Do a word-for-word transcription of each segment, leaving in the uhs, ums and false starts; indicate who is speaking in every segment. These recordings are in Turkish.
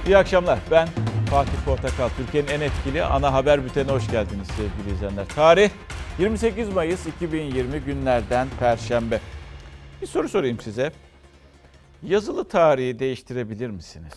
Speaker 1: İyi akşamlar. Ben Fatih Portakal. Türkiye'nin en etkili ana haber bültenine hoş geldiniz sevgili izleyenler. Tarih yirmi sekiz Mayıs iki bin yirmi günlerden Perşembe. Bir soru sorayım size. Yazılı tarihi değiştirebilir misiniz?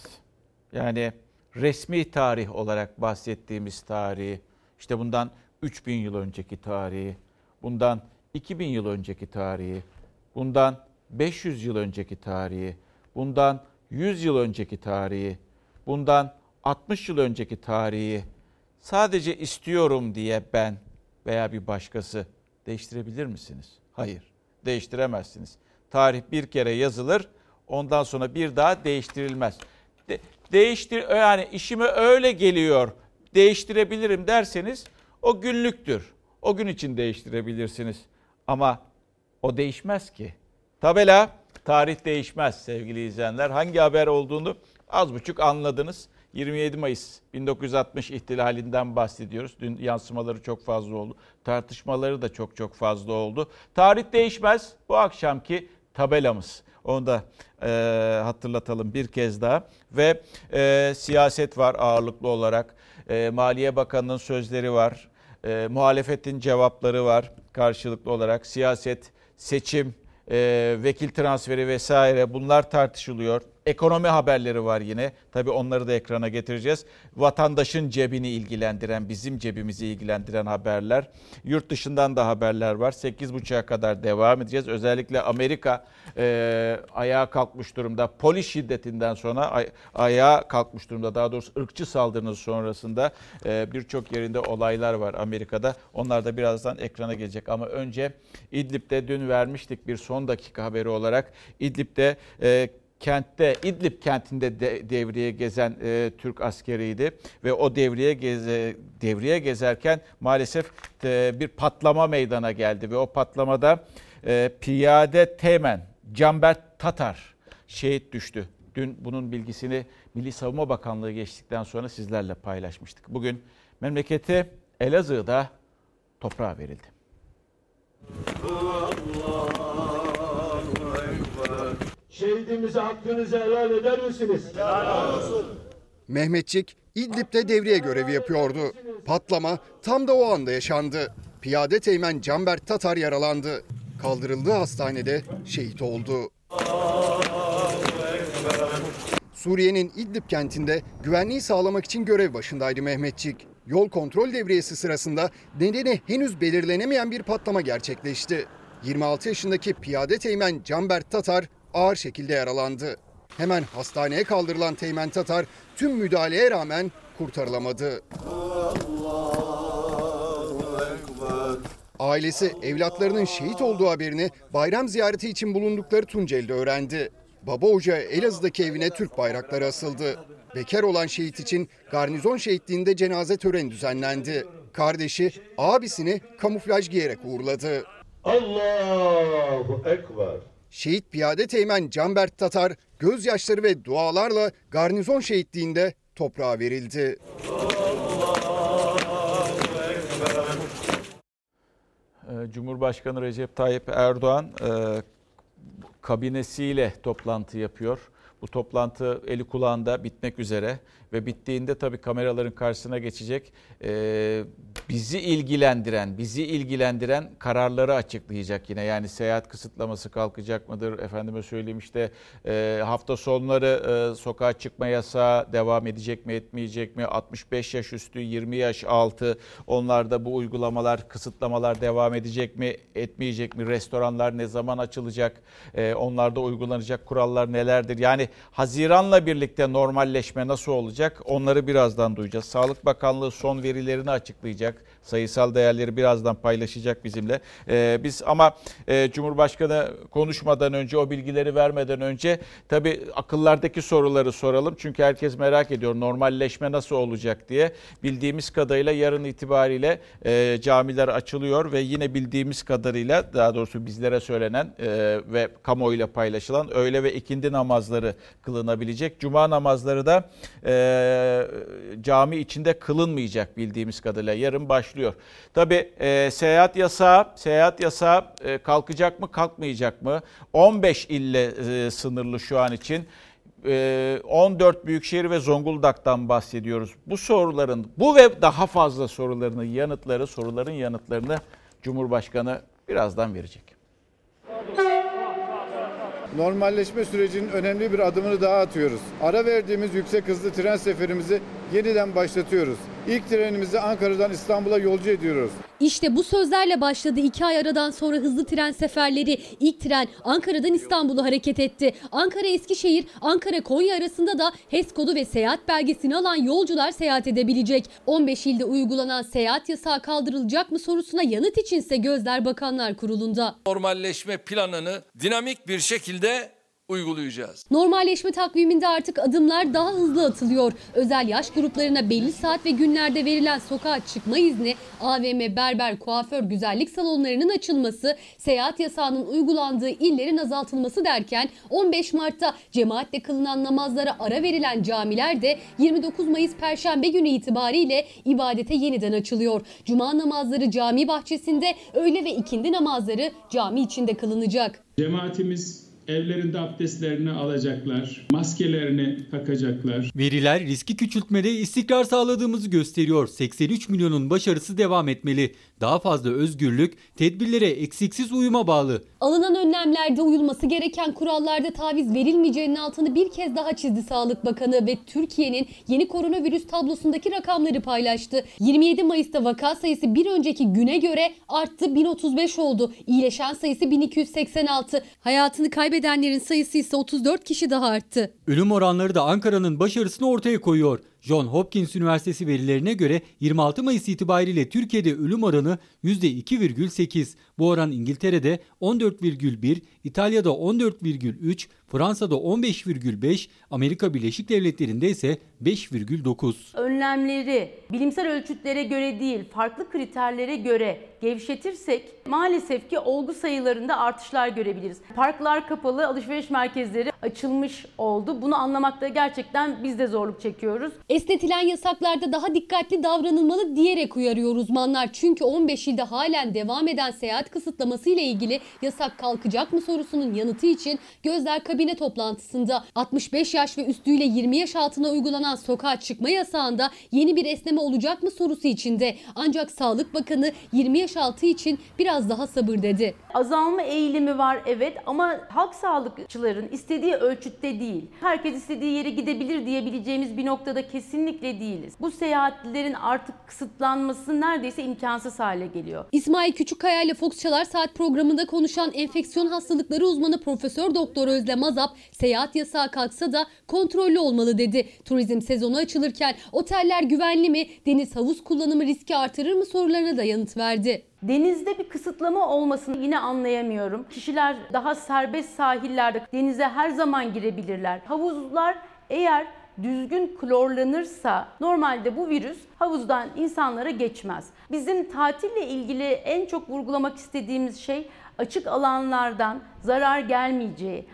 Speaker 1: Yani resmi tarih olarak bahsettiğimiz tarihi, işte bundan üç bin yıl önceki tarihi, bundan iki bin yıl önceki tarihi, bundan beş yüz yıl önceki tarihi, bundan yüz yıl önceki tarihi, bundan altmış yıl önceki tarihi sadece istiyorum diye ben veya bir başkası değiştirebilir misiniz? Hayır, değiştiremezsiniz. Tarih bir kere yazılır, ondan sonra bir daha değiştirilmez. De- değiştir yani işime öyle geliyor, değiştirebilirim derseniz o günlüktür. O gün için değiştirebilirsiniz. Ama o değişmez ki. Tabela, tarih değişmez sevgili izleyenler. Hangi haber olduğunu az buçuk anladınız. yirmi yedi Mayıs bin dokuz yüz altmış ihtilalinden bahsediyoruz. Dün yansımaları çok fazla oldu. Tartışmaları da çok çok fazla oldu. Tarih değişmez. Bu akşamki tabelamız. Onu da e, hatırlatalım bir kez daha. Ve e, siyaset var ağırlıklı olarak. E, Maliye Bakanı'nın sözleri var. E, muhalefetin cevapları var karşılıklı olarak. Siyaset, seçim, e, vekil transferi vesaire bunlar tartışılıyor. Ekonomi haberleri var yine. Tabii onları da ekrana getireceğiz. Vatandaşın cebini ilgilendiren, bizim cebimizi ilgilendiren haberler. Yurt dışından da haberler var. sekiz buçuğa kadar devam edeceğiz. Özellikle Amerika e, ayağa kalkmış durumda. Polis şiddetinden sonra ay, ayağa kalkmış durumda. Daha doğrusu ırkçı saldırının sonrasında e, birçok yerinde olaylar var Amerika'da. Onlar da birazdan ekrana gelecek. Ama önce İdlib'de dün vermiştik bir son dakika haberi olarak. İdlib'de e, kentte, İdlib kentinde de, devriye gezen e, Türk askeriydi ve o devriye geze, devriye gezerken maalesef e, bir patlama meydana geldi ve o patlamada e, piyade teğmen Canberk Tatar şehit düştü. Dün bunun bilgisini Milli Savunma Bakanlığı geçtikten sonra sizlerle paylaşmıştık. Bugün memleketi Elazığ'da toprağa verildi.
Speaker 2: Şehidimize hakkınızı helal eder misiniz? Helal olsun.
Speaker 3: Mehmetçik İdlib'de devriye görevi yapıyordu. Patlama tam da o anda yaşandı. Piyade teğmen Canberk Tatar yaralandı. Kaldırıldığı hastanede şehit oldu. Suriye'nin İdlib kentinde güvenliği sağlamak için görev başındaydı Mehmetçik. Yol kontrol devriyesi sırasında nedeni henüz belirlenemeyen bir patlama gerçekleşti. yirmi altı yaşındaki piyade teğmen Canberk Tatar ağır şekilde yaralandı. Hemen hastaneye kaldırılan teğmen Tatar tüm müdahaleye rağmen kurtarılamadı. Ailesi evlatlarının şehit olduğu haberini bayram ziyareti için bulundukları Tunceli'de öğrendi. Baba ocağı Elazığ'daki evine Türk bayrakları asıldı. Bekar olan şehit için garnizon şehitliğinde cenaze töreni düzenlendi. Kardeşi abisini kamuflaj giyerek uğurladı.
Speaker 2: Allahu Ekber.
Speaker 3: Şehit piyade teğmen Canberk Tatar gözyaşları ve dualarla garnizon şehitliğinde toprağa verildi.
Speaker 1: Cumhurbaşkanı Recep Tayyip Erdoğan kabinesiyle toplantı yapıyor. Bu toplantı eli kulağında bitmek üzere ve bittiğinde tabii kameraların karşısına geçecek. Ee, bizi ilgilendiren, bizi ilgilendiren kararları açıklayacak yine. Yani seyahat kısıtlaması kalkacak mıdır? Efendime söyleyeyim işte e, hafta sonları e, sokağa çıkma yasağı devam edecek mi, etmeyecek mi? altmış beş yaş üstü, yirmi yaş altı onlarda bu uygulamalar, kısıtlamalar devam edecek mi, etmeyecek mi? Restoranlar ne zaman açılacak? E, onlarda uygulanacak kurallar nelerdir? Yani Haziran'la birlikte normalleşme nasıl olacak? Onları birazdan duyacağız. Sağlık Bakanlığı son verilerini açıklayacak. Sayısal değerleri birazdan paylaşacak bizimle. Ee, biz ama e, Cumhurbaşkanı konuşmadan önce, o bilgileri vermeden önce tabii akıllardaki soruları soralım. Çünkü herkes merak ediyor normalleşme nasıl olacak diye. Bildiğimiz kadarıyla yarın itibariyle e, camiler açılıyor ve yine bildiğimiz kadarıyla, daha doğrusu bizlere söylenen e, ve kamuoyuyla paylaşılan öğle ve ikindi namazları kılınabilecek. Cuma namazları da e, cami içinde kılınmayacak bildiğimiz kadarıyla. Yarın başlıyor. Tabii e, seyahat yasağı, seyahat yasağı e, kalkacak mı, kalkmayacak mı? on beş ille e, sınırlı şu an için. on dört büyükşehir ve Zonguldak'tan bahsediyoruz. Bu soruların, bu ve daha fazla sorularını, yanıtları, soruların yanıtlarını Cumhurbaşkanı birazdan verecek.
Speaker 4: Normalleşme sürecinin önemli bir adımını daha atıyoruz. Ara verdiğimiz yüksek hızlı tren seferimizi yeniden başlatıyoruz. İlk trenimizi Ankara'dan İstanbul'a yolcu ediyoruz.
Speaker 5: İşte bu sözlerle başladı iki ay aradan sonra hızlı tren seferleri. İlk tren Ankara'dan İstanbul'a hareket etti. Ankara-Eskişehir, Ankara-Konya arasında da H E S kodu ve seyahat belgesini alan yolcular seyahat edebilecek. on beş ilde uygulanan seyahat yasağı kaldırılacak mı sorusuna yanıt içinse gözler Bakanlar Kurulu'nda.
Speaker 6: Normalleşme planını dinamik bir şekilde uygulayacağız.
Speaker 5: Normalleşme takviminde artık adımlar daha hızlı atılıyor. Özel yaş gruplarına belli saat ve günlerde verilen sokağa çıkma izni, A V M, berber, kuaför, güzellik salonlarının açılması, seyahat yasağının uygulandığı illerin azaltılması derken on beş Mart'ta cemaatle kılınan namazlara ara verilen camiler de yirmi dokuz Mayıs Perşembe günü itibariyle ibadete yeniden açılıyor. Cuma namazları cami bahçesinde, öğle ve ikindi namazları cami içinde kılınacak.
Speaker 7: Cemaatimiz evlerinde abdestlerini alacaklar, maskelerini takacaklar.
Speaker 8: Veriler riski küçültmede istikrar sağladığımızı gösteriyor. seksen üç milyonun başarısı devam etmeli. Daha fazla özgürlük, tedbirlere eksiksiz uyuma bağlı.
Speaker 5: Alınan önlemlerde uyulması gereken kurallarda taviz verilmeyeceğinin altını bir kez daha çizdi Sağlık Bakanı ve Türkiye'nin yeni koronavirüs tablosundaki rakamları paylaştı. yirmi yedi Mayıs'ta vaka sayısı bir önceki güne göre arttı, bin otuz beş oldu. İyileşen sayısı bin iki yüz seksen altı. Hayatını kaybedenlerin sayısı ise otuz dört kişi daha arttı.
Speaker 8: Ölüm oranları da Ankara'nın başarısını ortaya koyuyor. John Hopkins Üniversitesi verilerine göre yirmi altı Mayıs itibariyle Türkiye'de ölüm oranı yüzde iki virgül sekiz. Bu oran İngiltere'de on dört virgül bir, İtalya'da on dört virgül üç, Fransa'da on beş virgül beş, Amerika Birleşik Devletleri'nde ise beş virgül dokuz.
Speaker 9: Önlemleri bilimsel ölçütlere göre değil, farklı kriterlere göre gevşetirsek maalesef ki olgu sayılarında artışlar görebiliriz. Parklar kapalı, alışveriş merkezleri açılmış oldu. Bunu anlamakta gerçekten biz de zorluk çekiyoruz.
Speaker 5: Esnetilen yasaklarda daha dikkatli davranılmalı diyerek uyarıyor uzmanlar. Çünkü on beş ilde halen devam eden seyahat kısıtlaması ile ilgili yasak kalkacak mı sorusunun yanıtı için gözler kabine toplantısında. altmış beş yaş ve üstüyle yirmi yaş altına uygulanan sokağa çıkma yasağında yeni bir esneme olacak mı sorusu içinde. Ancak Sağlık Bakanı yirmi yaş altı için biraz daha sabır dedi.
Speaker 9: Azalma eğilimi var evet, ama halk sağlıkçıların istediği ölçütte değil. Herkes istediği yere gidebilir diyebileceğimiz bir noktada kesinlikle değiliz. Bu seyahatlerin artık kısıtlanması neredeyse imkansız hale geliyor.
Speaker 5: İsmail Küçükkaya ile Fox Çalar Saat programında konuşan enfeksiyon hastalıkları uzmanı Profesör Doktor Özlem Azap, seyahat yasağı kalksa da kontrollü olmalı dedi. Turizm sezonu açılırken oteller güvenli mi, deniz havuz kullanımı riski artırır mı sorularına da yanıt verdi.
Speaker 9: Denizde bir kısıtlama olmasını yine anlayamıyorum. Kişiler daha serbest sahillerde denize her zaman girebilirler. Havuzlar eğer düzgün klorlanırsa normalde bu virüs havuzdan insanlara geçmez. Bizim tatille ilgili en çok vurgulamak istediğimiz şey açık alanlardan zarar gelmeyeceği.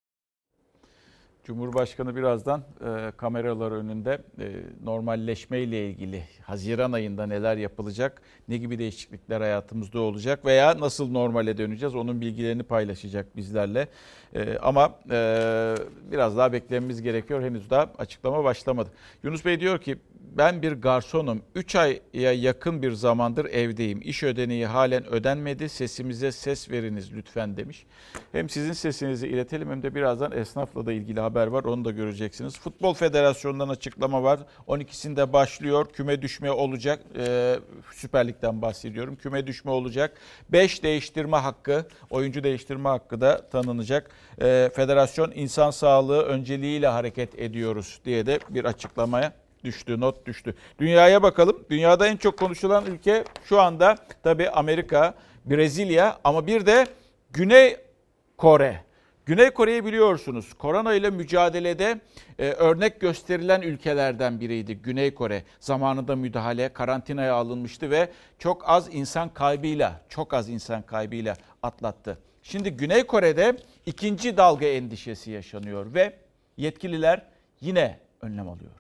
Speaker 1: Cumhurbaşkanı birazdan e, kameralar önünde e, normalleşme ile ilgili Haziran ayında neler yapılacak, ne gibi değişiklikler hayatımızda olacak veya nasıl normale döneceğiz onun bilgilerini paylaşacak bizlerle. E, ama e, biraz daha beklememiz gerekiyor. Henüz daha açıklama başlamadı. Yunus Bey diyor ki ben bir garsonum. üç aya yakın bir zamandır evdeyim. İş ödeneği halen ödenmedi. Sesimize ses veriniz lütfen demiş. Hem sizin sesinizi iletelim hem de birazdan esnafla da ilgili haber var. Onu da göreceksiniz. Futbol Federasyonu'ndan açıklama var. on ikisinde başlıyor. Küme düşme olacak. Ee, Süper Lig'den bahsediyorum. Küme düşme olacak. beş değiştirme hakkı, oyuncu değiştirme hakkı da tanınacak. Ee, Federasyon insan sağlığı önceliğiyle hareket ediyoruz diye de bir açıklamaya düştü, not düştü. Dünyaya bakalım. Dünyada en çok konuşulan ülke şu anda tabii Amerika, Brezilya ama bir de Güney Kore. Güney Kore'yi biliyorsunuz. Korona ile mücadelede e, örnek gösterilen ülkelerden biriydi Güney Kore. Zamanında müdahale, karantinaya alınmıştı ve çok az insan kaybıyla, çok az insan kaybıyla atlattı. Şimdi Güney Kore'de ikinci dalga endişesi yaşanıyor ve yetkililer yine önlem alıyor.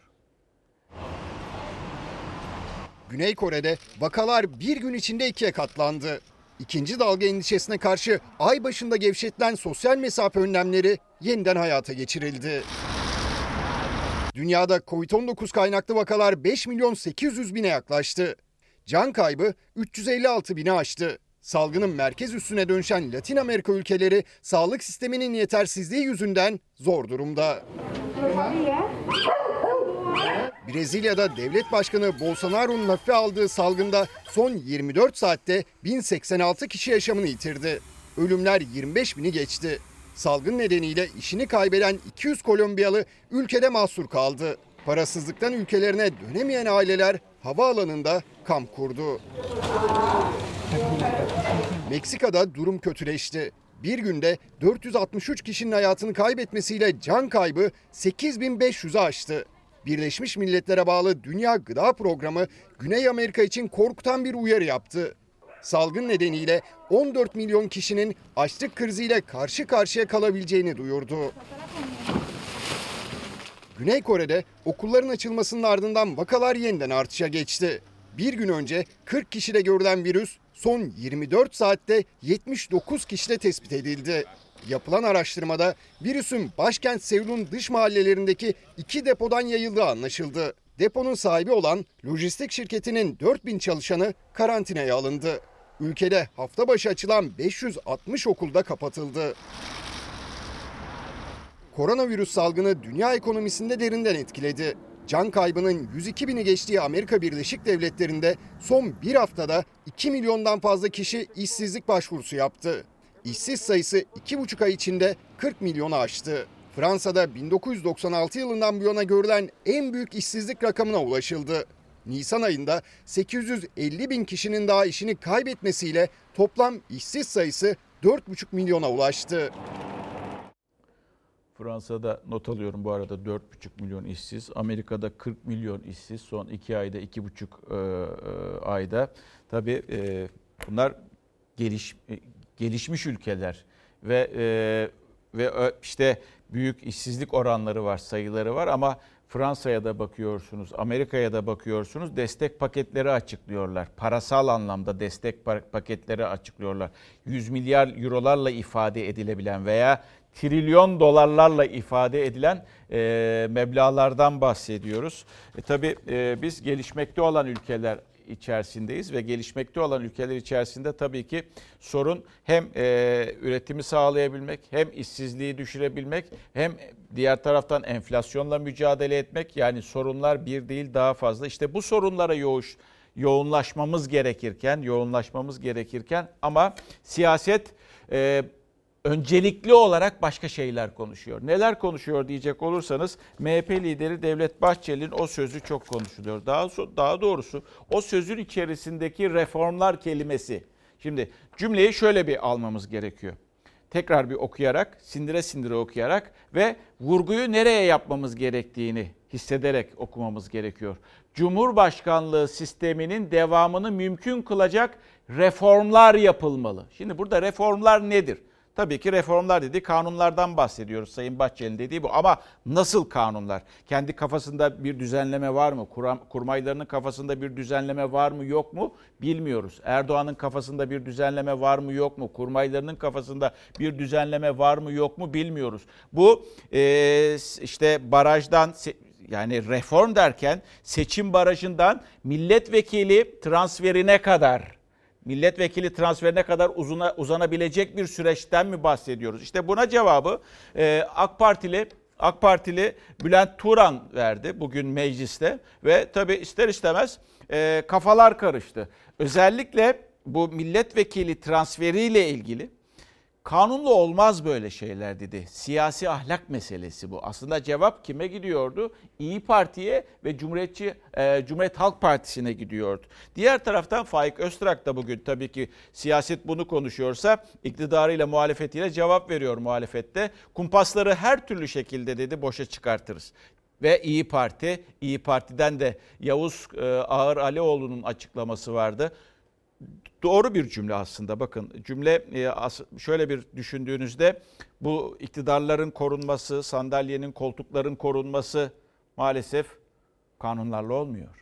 Speaker 3: Güney Kore'de vakalar bir gün içinde ikiye katlandı. İkinci dalga endişesine karşı ay başında gevşetilen sosyal mesafe önlemleri yeniden hayata geçirildi. Dünyada kovid on dokuz kaynaklı vakalar beş milyon sekiz yüz bine yaklaştı. Can kaybı üç yüz elli altı bini aştı. Salgının merkez üssüne dönüşen Latin Amerika ülkeleri sağlık sisteminin yetersizliği yüzünden zor durumda. Brezilya'da devlet başkanı Bolsonaro'nun hafife aldığı salgında son yirmi dört saatte bin seksen altı kişi yaşamını yitirdi. Ölümler yirmi beş bini geçti. Salgın nedeniyle işini kaybeden iki yüz Kolombiyalı ülkede mahsur kaldı. Parasızlıktan ülkelerine dönemeyen aileler havaalanında kamp kurdu. Meksika'da durum kötüleşti. Bir günde dört yüz altmış üç kişinin hayatını kaybetmesiyle can kaybı sekiz bin beş yüzü aştı. Birleşmiş Milletler'e bağlı Dünya Gıda Programı Güney Amerika için korkutan bir uyarı yaptı. Salgın nedeniyle on dört milyon kişinin açlık kriziyle karşı karşıya kalabileceğini duyurdu. Güney Kore'de okulların açılmasının ardından vakalar yeniden artışa geçti. Bir gün önce kırk kişide görülen virüs son yirmi dört saatte yetmiş dokuz kişide tespit edildi. Yapılan araştırmada virüsün başkent Seul'un dış mahallelerindeki iki depodan yayıldığı anlaşıldı. Deponun sahibi olan lojistik şirketinin dört bin çalışanı karantinaya alındı. Ülkede hafta başı açılan beş yüz altmış okulda kapatıldı. Koronavirüs salgını dünya ekonomisinde derinden etkiledi. Can kaybının yüz iki bini geçtiği Amerika Birleşik Devletleri'nde son bir haftada iki milyondan fazla kişi işsizlik başvurusu yaptı. İşsiz sayısı iki buçuk ay içinde kırk milyonu aştı. Fransa'da bin dokuz yüz doksan altı yılından bu yana görülen en büyük işsizlik rakamına ulaşıldı. Nisan ayında sekiz yüz elli bin kişinin daha işini kaybetmesiyle toplam işsiz sayısı dört buçuk milyona ulaştı.
Speaker 1: Fransa'da not alıyorum bu arada dört buçuk milyon işsiz. Amerika'da kırk milyon işsiz son iki ayda, iki buçuk e, e, ayda. Tabii e, bunlar geliş, e, gelişmiş ülkeler ve e, ve işte büyük işsizlik oranları var, sayıları var ama Fransa'ya da bakıyorsunuz, Amerika'ya da bakıyorsunuz, destek paketleri açıklıyorlar. Parasal anlamda destek paketleri açıklıyorlar. yüz milyar eurolarla ifade edilebilen veya trilyon dolarlarla ifade edilen e, meblağlardan bahsediyoruz. E, tabii e, biz gelişmekte olan ülkeler içerisindeyiz ve gelişmekte olan ülkeler içerisinde tabii ki sorun hem e, üretimi sağlayabilmek, hem işsizliği düşürebilmek, hem diğer taraftan enflasyonla mücadele etmek. Yani sorunlar bir değil daha fazla. İşte bu sorunlara yoğuş, yoğunlaşmamız gerekirken, yoğunlaşmamız gerekirken ama siyaset e, öncelikli olarak başka şeyler konuşuyor. Neler konuşuyor diyecek olursanız M H P lideri Devlet Bahçeli'nin o sözü çok konuşuluyor. Daha daha doğrusu o sözün içerisindeki reformlar kelimesi. Şimdi cümleyi şöyle bir almamız gerekiyor. Tekrar bir okuyarak, sindire sindire okuyarak ve vurguyu nereye yapmamız gerektiğini hissederek okumamız gerekiyor. Cumhurbaşkanlığı sisteminin devamını mümkün kılacak reformlar yapılmalı. Şimdi burada reformlar nedir? Tabii ki reformlar dedi, kanunlardan bahsediyoruz Sayın Bahçeli'nin dediği bu. Ama nasıl kanunlar? Kendi kafasında bir düzenleme var mı? Kurmaylarının kafasında bir düzenleme var mı yok mu? Bilmiyoruz. Erdoğan'ın kafasında bir düzenleme var mı yok mu? Kurmaylarının kafasında bir düzenleme var mı yok mu? Bilmiyoruz. Bu e, işte barajdan... Yani reform derken seçim barajından milletvekili transferine kadar, milletvekili transferine kadar uzuna, uzanabilecek bir süreçten mi bahsediyoruz? İşte buna cevabı e, AK Partili AK Partili Bülent Turan verdi bugün mecliste ve tabii ister istemez e, kafalar karıştı. Özellikle bu milletvekili transferiyle ilgili kanunlu olmaz böyle şeyler dedi. Siyasi ahlak meselesi bu. Aslında cevap kime gidiyordu? İyi Parti'ye ve Cumhuriyetçi e, Cumhuriyet Halk Partisi'ne gidiyordu. Diğer taraftan Faik Öztürk da bugün tabii ki siyaset bunu konuşuyorsa iktidarıyla muhalefetiyle cevap veriyor muhalefette. Kumpasları her türlü şekilde dedi boşa çıkartırız. Ve İyi Parti, İyi Parti'den de Yavuz e, Ağır Alioğlu'nun açıklaması vardı. Doğru bir cümle aslında. Bakın cümle şöyle bir düşündüğünüzde bu iktidarların korunması, sandalyenin, koltukların korunması maalesef kanunlarla olmuyor.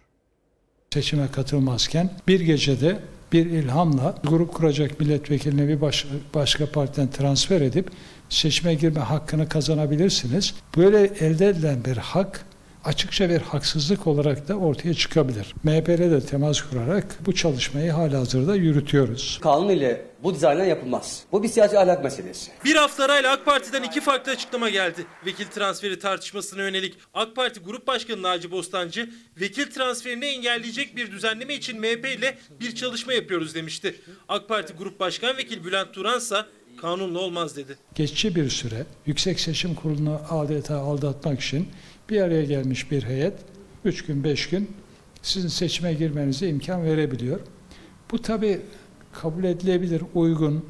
Speaker 10: Seçime katılmazken bir gecede bir ilhamla grup kuracak milletvekiline bir baş, başka partiden transfer edip seçime girme hakkını kazanabilirsiniz. Böyle elde edilen bir hak açıkça bir haksızlık olarak da ortaya çıkabilir. M H P ile de temas kurarak bu çalışmayı halihazırda yürütüyoruz.
Speaker 11: Kanun ile bu dizaynlar yapılmaz. Bu bir siyasi ahlak meselesi.
Speaker 12: Bir hafta arayla AK Parti'den iki farklı açıklama geldi. Vekil transferi tartışmasına yönelik AK Parti Grup Başkanı Naci Bostancı, vekil transferini engelleyecek bir düzenleme için M H P ile bir çalışma yapıyoruz demişti. AK Parti Grup Başkan Vekil Bülent Turan ise kanunla olmaz dedi.
Speaker 10: Geçici bir süre Yüksek Seçim Kurulu'nu adeta aldatmak için bir araya gelmiş bir heyet üç gün beş gün sizin seçime girmenize imkan verebiliyor. Bu tabii kabul edilebilir, uygun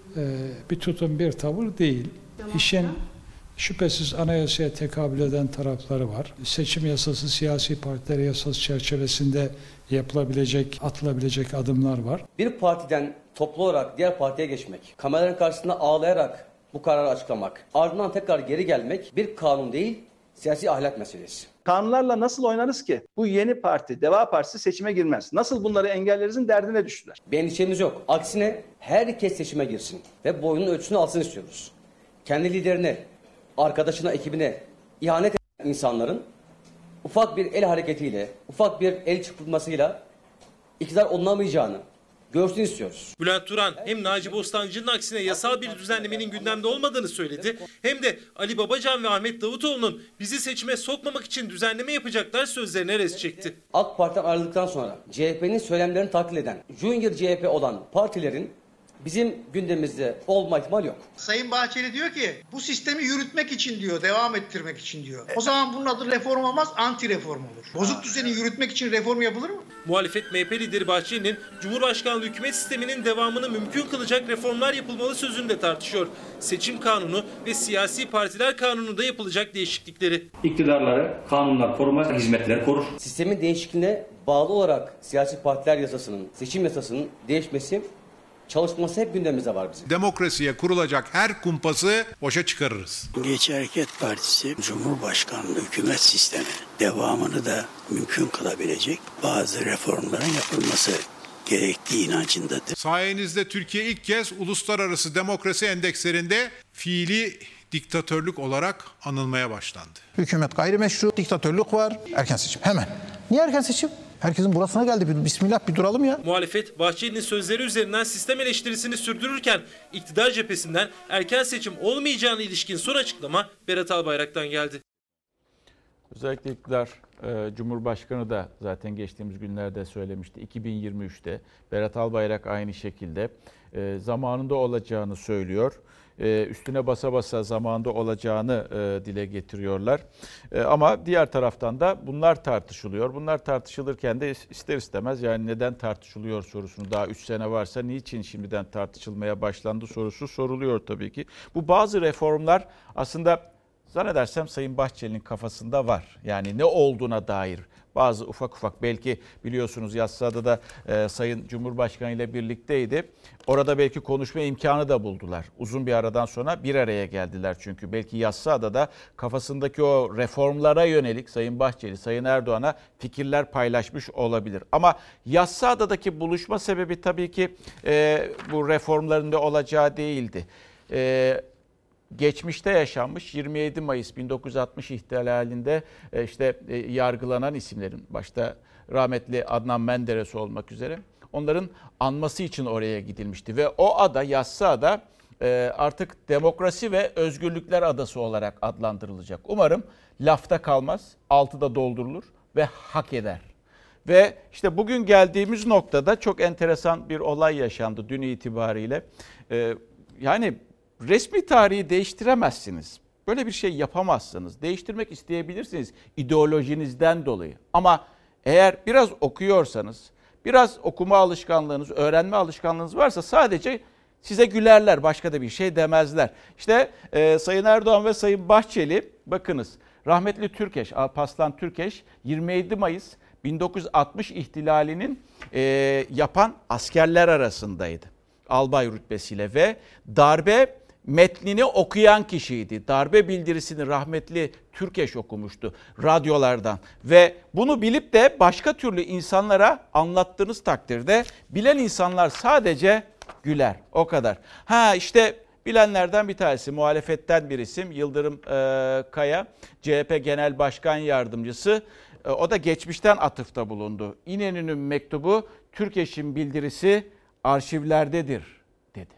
Speaker 10: bir tutum, bir tavır değil. İşin şüphesiz anayasaya tekabül eden tarafları var. Seçim yasası, siyasi partiler yasası çerçevesinde yapılabilecek, atılabilecek adımlar var.
Speaker 11: Bir partiden toplu olarak diğer partiye geçmek, kameraların karşısında ağlayarak bu kararı açıklamak, ardından tekrar geri gelmek bir kanun değil, siyasi ahlak meselesi.
Speaker 13: Kanunlarla nasıl oynarız ki? Bu yeni parti, Deva Partisi seçime girmez. Nasıl bunları engellerinizin derdine düştüler.
Speaker 11: Bir endişemiz yok. Aksine herkes seçime girsin ve boyunun ölçüsünü alsın istiyoruz. Kendi liderine, arkadaşına, ekibine ihanet eden insanların ufak bir el hareketiyle, ufak bir el çırpılmasıyla iktidar olunamayacağını görsün istiyoruz.
Speaker 12: Bülent Turan hem Naci Bostancı'nın aksine yasal bir düzenlemenin gündemde olmadığını söyledi, hem de Ali Babacan ve Ahmet Davutoğlu'nun bizi seçime sokmamak için düzenleme yapacaklar sözlerine res çekti.
Speaker 11: AK Parti'den ayrıldıktan sonra C H P'nin söylemlerini taklit eden, Junior C H P olan partilerin bizim gündemimizde olma ihtimali yok.
Speaker 14: Sayın Bahçeli diyor ki bu sistemi yürütmek için diyor, devam ettirmek için diyor. O zaman bunun adı reform olmaz, anti reform olur. Bozuk düzeni yürütmek için reform yapılır mı?
Speaker 12: Muhalefet M H P lideri Bahçeli'nin Cumhurbaşkanlığı hükümet sisteminin devamını mümkün kılacak reformlar yapılmalı sözünü de tartışıyor. Seçim kanunu ve siyasi partiler kanununda yapılacak değişiklikleri.
Speaker 15: İktidarları kanunlar korumaz, hizmetler korur.
Speaker 11: Sistemin değişikliğine bağlı olarak siyasi partiler yasasının, seçim yasasının değişmesi, çalışması hep gündemimizde var bizim.
Speaker 16: Demokrasiye kurulacak her kumpası boşa çıkarırız.
Speaker 17: Milliyetçi Hareket Partisi Cumhurbaşkanlığı hükümet sistemi devamını da mümkün kılabilecek bazı reformların yapılması gerektiği inancındadır.
Speaker 16: Sayenizde Türkiye ilk kez uluslararası demokrasi endekslerinde fiili diktatörlük olarak anılmaya başlandı.
Speaker 18: Hükümet gayrimeşru, diktatörlük var, erken seçim hemen. Niye erken seçim? Herkesin burasına geldi. Bir bismillah bir duralım ya.
Speaker 12: Muhalefet Bahçeli'nin sözleri üzerinden sistem eleştirisini sürdürürken iktidar cephesinden erken seçim olmayacağına ilişkin son açıklama Berat Albayrak'tan geldi.
Speaker 1: Özellikle iktidar e, Cumhurbaşkanı da zaten geçtiğimiz günlerde söylemişti. iki bin yirmi üçte Berat Albayrak aynı şekilde e, zamanında olacağını söylüyor. E, üstüne basa basa zamanında olacağını e, dile getiriyorlar. E, ama diğer taraftan da bunlar tartışılıyor. Bunlar tartışılırken de ister istemez yani neden tartışılıyor sorusunu, daha üç sene varsa niçin şimdiden tartışılmaya başlandı sorusu soruluyor tabii ki. Bu bazı reformlar aslında zannedersem Sayın Bahçeli'nin kafasında var. Yani ne olduğuna dair bazı ufak ufak, belki biliyorsunuz Yassıada'da e, Sayın Cumhurbaşkanı ile birlikteydi. Orada belki konuşma imkanı da buldular. Uzun bir aradan sonra bir araya geldiler çünkü. Belki Yassıada'da kafasındaki o reformlara yönelik Sayın Bahçeli, Sayın Erdoğan'a fikirler paylaşmış olabilir. Ama Yassıada'daki buluşma sebebi tabii ki e, bu reformların da olacağı değildi. E, Geçmişte yaşanmış yirmi yedi Mayıs bin dokuz yüz altmış ihtilalinde işte yargılanan isimlerin, başta rahmetli Adnan Menderes olmak üzere, onların anması için oraya gidilmişti. Ve o ada, Yassıada artık demokrasi ve özgürlükler adası olarak adlandırılacak. Umarım lafta kalmaz, altı da doldurulur ve hak eder. Ve işte bugün geldiğimiz noktada çok enteresan bir olay yaşandı dün itibariyle. Yani resmi tarihi değiştiremezsiniz. Böyle bir şey yapamazsınız. Değiştirmek isteyebilirsiniz ideolojinizden dolayı. Ama eğer biraz okuyorsanız, biraz okuma alışkanlığınız, öğrenme alışkanlığınız varsa sadece size gülerler, başka da bir şey demezler. İşte e, Sayın Erdoğan ve Sayın Bahçeli, bakınız, rahmetli Türkeş, Alparslan Türkeş yirmi yedi Mayıs bin dokuz yüz altmış ihtilalinin e, yapan askerler arasındaydı. Albay rütbesiyle ve darbe metnini okuyan kişiydi. Darbe bildirisini rahmetli Türkeş okumuştu radyolardan. Ve bunu bilip de başka türlü insanlara anlattığınız takdirde bilen insanlar sadece güler. O kadar. Ha işte Bilenlerden bir tanesi, muhalefetten bir isim Yıldırım e, Kaya, C H P Genel Başkan Yardımcısı. E, o da geçmişten atıfta bulundu. İnönü'nün mektubu, Türkeş'in bildirisi arşivlerdedir dedi.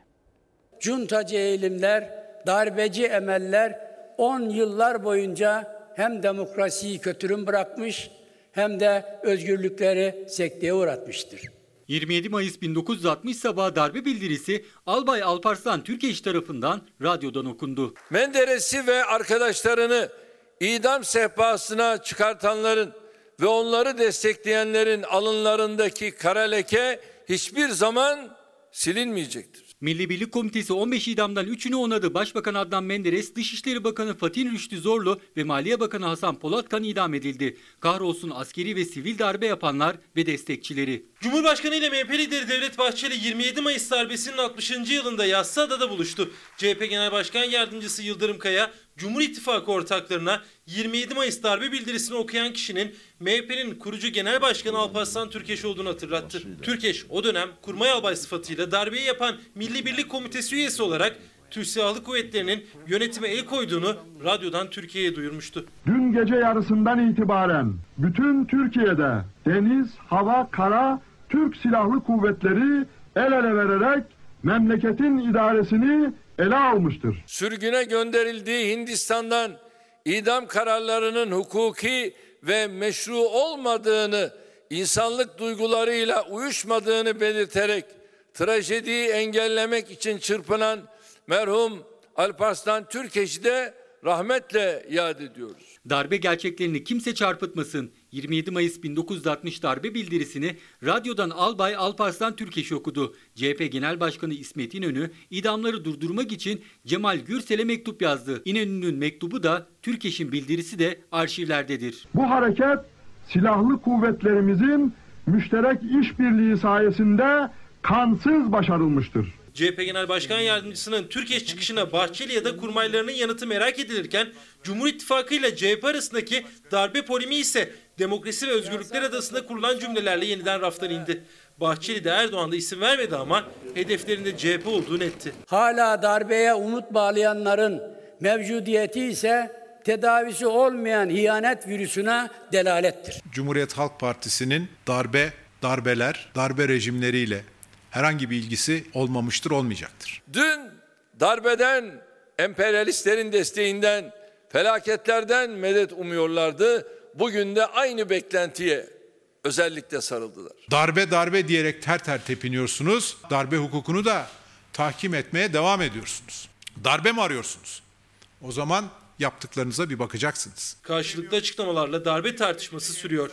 Speaker 19: Cuntacı eğilimler, darbeci emeller on yıllar boyunca hem demokrasiyi kötürüm bırakmış hem de özgürlükleri sekteye uğratmıştır.
Speaker 8: yirmi yedi Mayıs bin dokuz yüz altmış sabahı darbe bildirisi Albay Alparslan Türkeş tarafından radyodan okundu.
Speaker 6: Menderes'i ve arkadaşlarını idam sehpasına çıkartanların ve onları destekleyenlerin alınlarındaki kara leke hiçbir zaman silinmeyecektir.
Speaker 8: Milli Birlik Komitesi on beş idamdan üçünü onadı. Başbakan Adnan Menderes, Dışişleri Bakanı Fatih Rüştü Zorlu ve Maliye Bakanı Hasan Polatkan idam edildi. Kahrolsun askeri ve sivil darbe yapanlar ve destekçileri.
Speaker 12: Cumhurbaşkanı ile M H P lideri Devlet Bahçeli yirmi yedi Mayıs darbesinin altmışıncı yılında Yassıada'da buluştu. C H P Genel Başkan Yardımcısı Yıldırım Kaya, Cumhur İttifakı ortaklarına yirmi yedi Mayıs darbe bildirisini okuyan kişinin M H P'nin kurucu Genel Başkanı Alparslan Türkeş olduğunu hatırlattı. Türkeş o dönem kurmay albay sıfatıyla darbeyi yapan Milli Birlik Komitesi üyesi olarak Türk Silahlı Kuvvetleri'nin yönetime el koyduğunu radyodan Türkiye'ye duyurmuştu.
Speaker 2: Dün gece yarısından itibaren bütün Türkiye'de deniz, hava, kara Türk Silahlı Kuvvetleri el ele vererek memleketin idaresini ele almıştır.
Speaker 6: Sürgüne gönderildiği Hindistan'dan idam kararlarının hukuki ve meşru olmadığını, insanlık duygularıyla uyuşmadığını belirterek trajediyi engellemek için çırpınan merhum Alparslan Türkeş'i de rahmetle yad ediyoruz.
Speaker 8: Darbe gerçeklerini kimse çarpıtmasın. yirmi yedi Mayıs bin dokuz yüz altmış darbe bildirisini radyodan Albay Alparslan Türkeş okudu. C H P Genel Başkanı İsmet İnönü idamları durdurmak için Cemal Gürsel'e mektup yazdı. İnönü'nün mektubu da Türkeş'in bildirisi de arşivlerdedir.
Speaker 2: Bu hareket silahlı kuvvetlerimizin müşterek işbirliği sayesinde kansız başarılmıştır.
Speaker 12: C H P Genel Başkan Yardımcısının Türkeş çıkışına Bahçeli ya da kurmaylarının yanıtı merak edilirken Cumhur İttifakı ile C H P arasındaki darbe polemiği ise Demokrasi ve Özgürlükler Adası'nda kurulan cümlelerle yeniden raftan indi. Bahçeli de Erdoğan da isim vermedi ama hedeflerinde C H P olduğu netti.
Speaker 19: Hala darbeye umut bağlayanların mevcudiyeti ise tedavisi olmayan ihanet virüsüne delalettir.
Speaker 16: Cumhuriyet Halk Partisi'nin darbe, darbeler, darbe rejimleriyle herhangi bir ilgisi olmamıştır, olmayacaktır.
Speaker 6: Dün darbeden, emperyalistlerin desteğinden, felaketlerden medet umuyorlardı. Bugün de aynı beklentiye özellikle sarıldılar.
Speaker 16: Darbe darbe diyerek ter ter tepiniyorsunuz. Darbe hukukunu da tahkim etmeye devam ediyorsunuz. Darbe mi arıyorsunuz? O zaman yaptıklarınıza bir bakacaksınız.
Speaker 12: Karşılıklı açıklamalarla darbe tartışması sürüyor.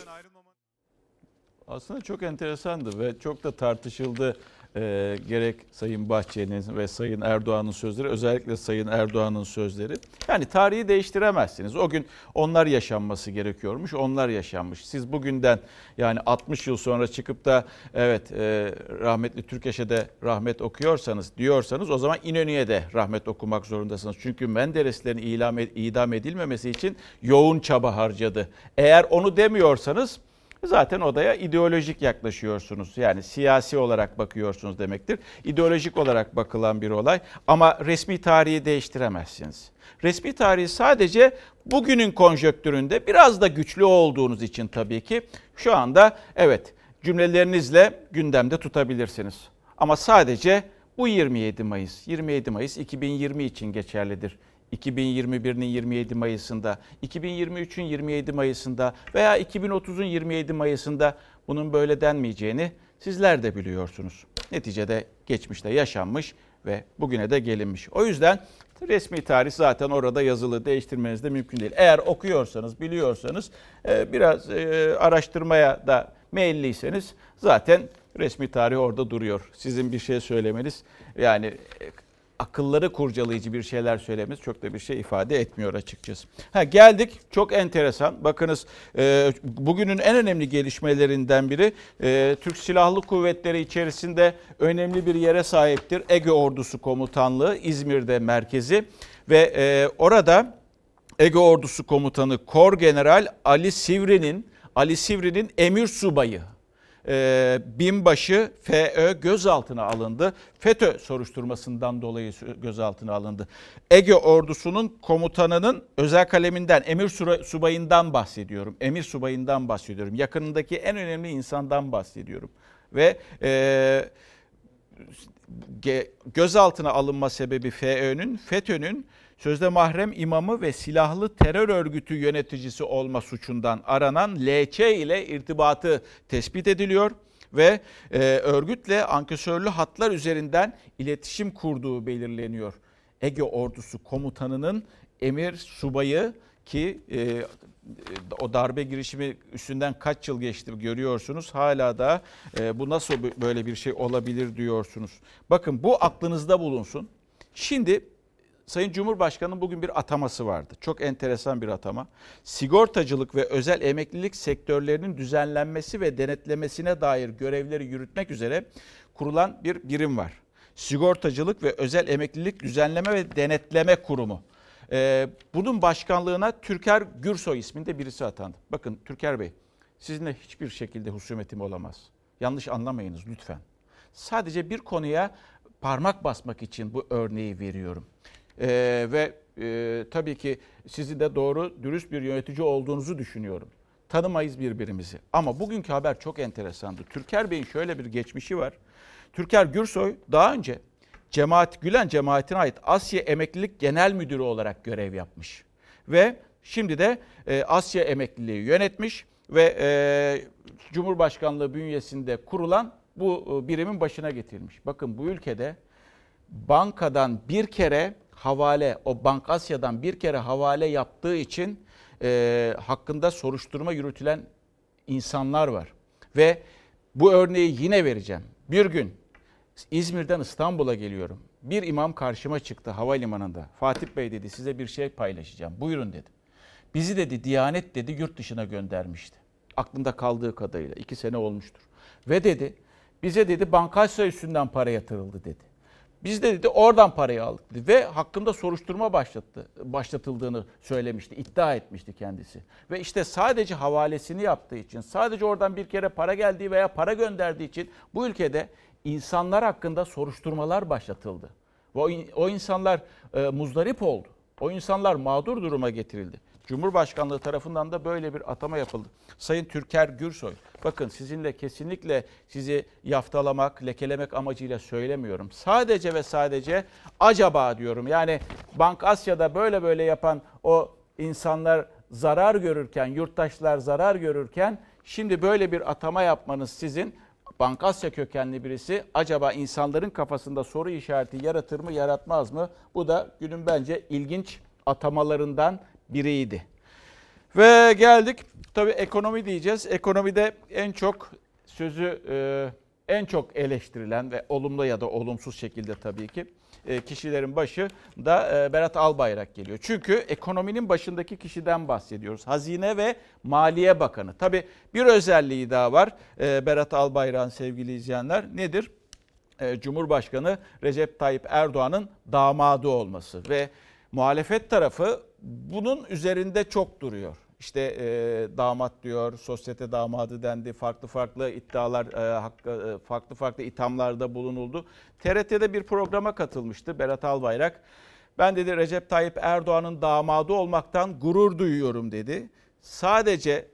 Speaker 1: Aslında çok enteresandı ve çok da tartışıldı. Ee, gerek Sayın Bahçeli'nin ve Sayın Erdoğan'ın sözleri, özellikle Sayın Erdoğan'ın sözleri. Yani tarihi değiştiremezsiniz. O gün onlar yaşanması gerekiyormuş, onlar yaşanmış. Siz bugünden yani altmış yıl sonra çıkıp da evet e, rahmetli Türkeş'e de rahmet okuyorsanız, diyorsanız o zaman İnönü'ye de rahmet okumak zorundasınız. Çünkü Mendereslerin idam, idam edilmemesi için yoğun çaba harcadı. Eğer onu demiyorsanız zaten odaya ideolojik yaklaşıyorsunuz. Yani siyasi olarak bakıyorsunuz demektir. İdeolojik olarak bakılan bir olay ama resmi tarihi değiştiremezsiniz. Resmi tarihi sadece bugünün konjonktüründe biraz da güçlü olduğunuz için tabii ki şu anda evet cümlelerinizle gündemde tutabilirsiniz. Ama sadece bu yirmi yedi Mayıs, yirmi yedi Mayıs iki bin yirmi için geçerlidir. iki bin yirmi bir'in yirmi yedi Mayıs'ında, iki bin yirmi üç'ün yirmi yedi Mayıs'ında veya iki bin otuz'un yirmi yedi Mayıs'ında bunun böyle denmeyeceğini sizler de biliyorsunuz. Neticede geçmişte yaşanmış ve bugüne de gelinmiş. O yüzden resmi tarih zaten orada yazılı, değiştirmeniz de mümkün değil. Eğer okuyorsanız, biliyorsanız, biraz araştırmaya da meyilliyseniz zaten resmi tarih orada duruyor. Sizin bir şey söylemeniz yani akılları kurcalayıcı bir şeyler söylememiz çok da bir şey ifade etmiyor açıkçası. Ha, geldik çok enteresan. Bakınız e, bugünün en önemli gelişmelerinden biri e, Türk Silahlı Kuvvetleri içerisinde önemli bir yere sahiptir. Ege Ordusu Komutanlığı İzmir'de merkezi ve e, orada Ege Ordusu Komutanı Kor General Ali Sivri'nin Ali Sivri'nin emir subayı e, binbaşı F Ö gözaltına alındı. FETÖ soruşturmasından dolayı gözaltına alındı. Ege ordusunun komutanının özel kaleminden, emir subayından bahsediyorum. Emir subayından bahsediyorum. Yakınındaki en önemli insandan bahsediyorum. Ve e, gözaltına alınma sebebi F Ö'nün, FETÖ'nün sözde mahrem imamı ve silahlı terör örgütü yöneticisi olma suçundan aranan L Ç ile irtibatı tespit ediliyor ve e, örgütle ankesörlü hatlar üzerinden iletişim kurduğu belirleniyor. Ege Ordusu komutanının emir subayı ki e, o darbe girişimi üstünden kaç yıl geçti görüyorsunuz. Hala da e, bu nasıl böyle bir şey olabilir diyorsunuz. Bakın bu aklınızda bulunsun. Şimdi Sayın Cumhurbaşkanı'nın bugün bir ataması vardı. Çok enteresan bir atama. Sigortacılık ve özel emeklilik sektörlerinin düzenlenmesi ve denetlemesine dair görevleri yürütmek üzere kurulan bir birim var. Sigortacılık ve Özel Emeklilik Düzenleme ve Denetleme Kurumu. Ee, bunun başkanlığına Türker Gürsoy isminde birisi atandı. Bakın Türker Bey, sizinle hiçbir şekilde husumetim olamaz. Yanlış anlamayınız lütfen. Sadece bir konuya parmak basmak için bu örneği veriyorum. Ee, ve e, tabii ki sizin de doğru, dürüst bir yönetici olduğunuzu düşünüyorum. Tanımayız birbirimizi. Ama bugünkü haber çok enteresandı. Türker Bey'in şöyle bir geçmişi var. Türker Gürsoy daha önce Cemaat Gülen cemaatine ait Asya Emeklilik Genel Müdürü olarak görev yapmış. Ve şimdi de e, Asya Emekliliği yönetmiş ve e, Cumhurbaşkanlığı bünyesinde kurulan bu e, birimin başına getirilmiş. Bakın bu ülkede bankadan bir kere havale, o Bank Asya'dan bir kere havale yaptığı için e, hakkında soruşturma yürütülen insanlar var. Ve bu örneği yine vereceğim. Bir gün İzmir'den İstanbul'a geliyorum. Bir imam karşıma çıktı havalimanında. Fatih Bey dedi, size bir şey paylaşacağım. Buyurun dedi. Bizi dedi Diyanet dedi yurt dışına göndermişti. Aklında kaldığı kadarıyla iki sene olmuştur. Ve dedi bize dedi Bank Asya üstünden para yatırıldı dedi. Biz de dedi oradan parayı aldık dedi. Ve hakkında soruşturma başlattı, başlatıldığını söylemişti, iddia etmişti kendisi. Ve işte sadece havalesini yaptığı için, sadece oradan bir kere para geldiği veya para gönderdiği için bu ülkede insanlar hakkında soruşturmalar başlatıldı. Ve o, o insanlar e, muzdarip oldu. O insanlar mağdur duruma getirildi. Cumhurbaşkanlığı tarafından da böyle bir atama yapıldı. Sayın Türker Gürsoy, bakın sizinle kesinlikle sizi yaftalamak, lekelemek amacıyla söylemiyorum. Sadece ve sadece acaba diyorum. Yani Bank Asya'da böyle böyle yapan o insanlar zarar görürken, yurttaşlar zarar görürken şimdi böyle bir atama yapmanız sizin Bank Asya kökenli birisi acaba insanların kafasında soru işareti yaratır mı, yaratmaz mı? Bu da günün bence ilginç atamalarından biriydi. Ve geldik tabii ekonomi diyeceğiz. Ekonomide en çok sözü en çok eleştirilen ve olumlu ya da olumsuz şekilde tabii ki kişilerin başı da Berat Albayrak geliyor. Çünkü ekonominin başındaki kişiden bahsediyoruz. Hazine ve Maliye Bakanı. Tabii bir özelliği daha var Berat Albayrak'ın sevgili izleyenler. Nedir? Cumhurbaşkanı Recep Tayyip Erdoğan'ın damadı olması ve muhalefet tarafı bunun üzerinde çok duruyor. İşte e, damat diyor, sosyete damadı dendi, farklı farklı iddialar, e, hakkı, e, farklı farklı ithamlarda bulunuldu. T R T'de bir programa katılmıştı Berat Albayrak. Ben dedi Recep Tayyip Erdoğan'ın damadı olmaktan gurur duyuyorum dedi. Sadece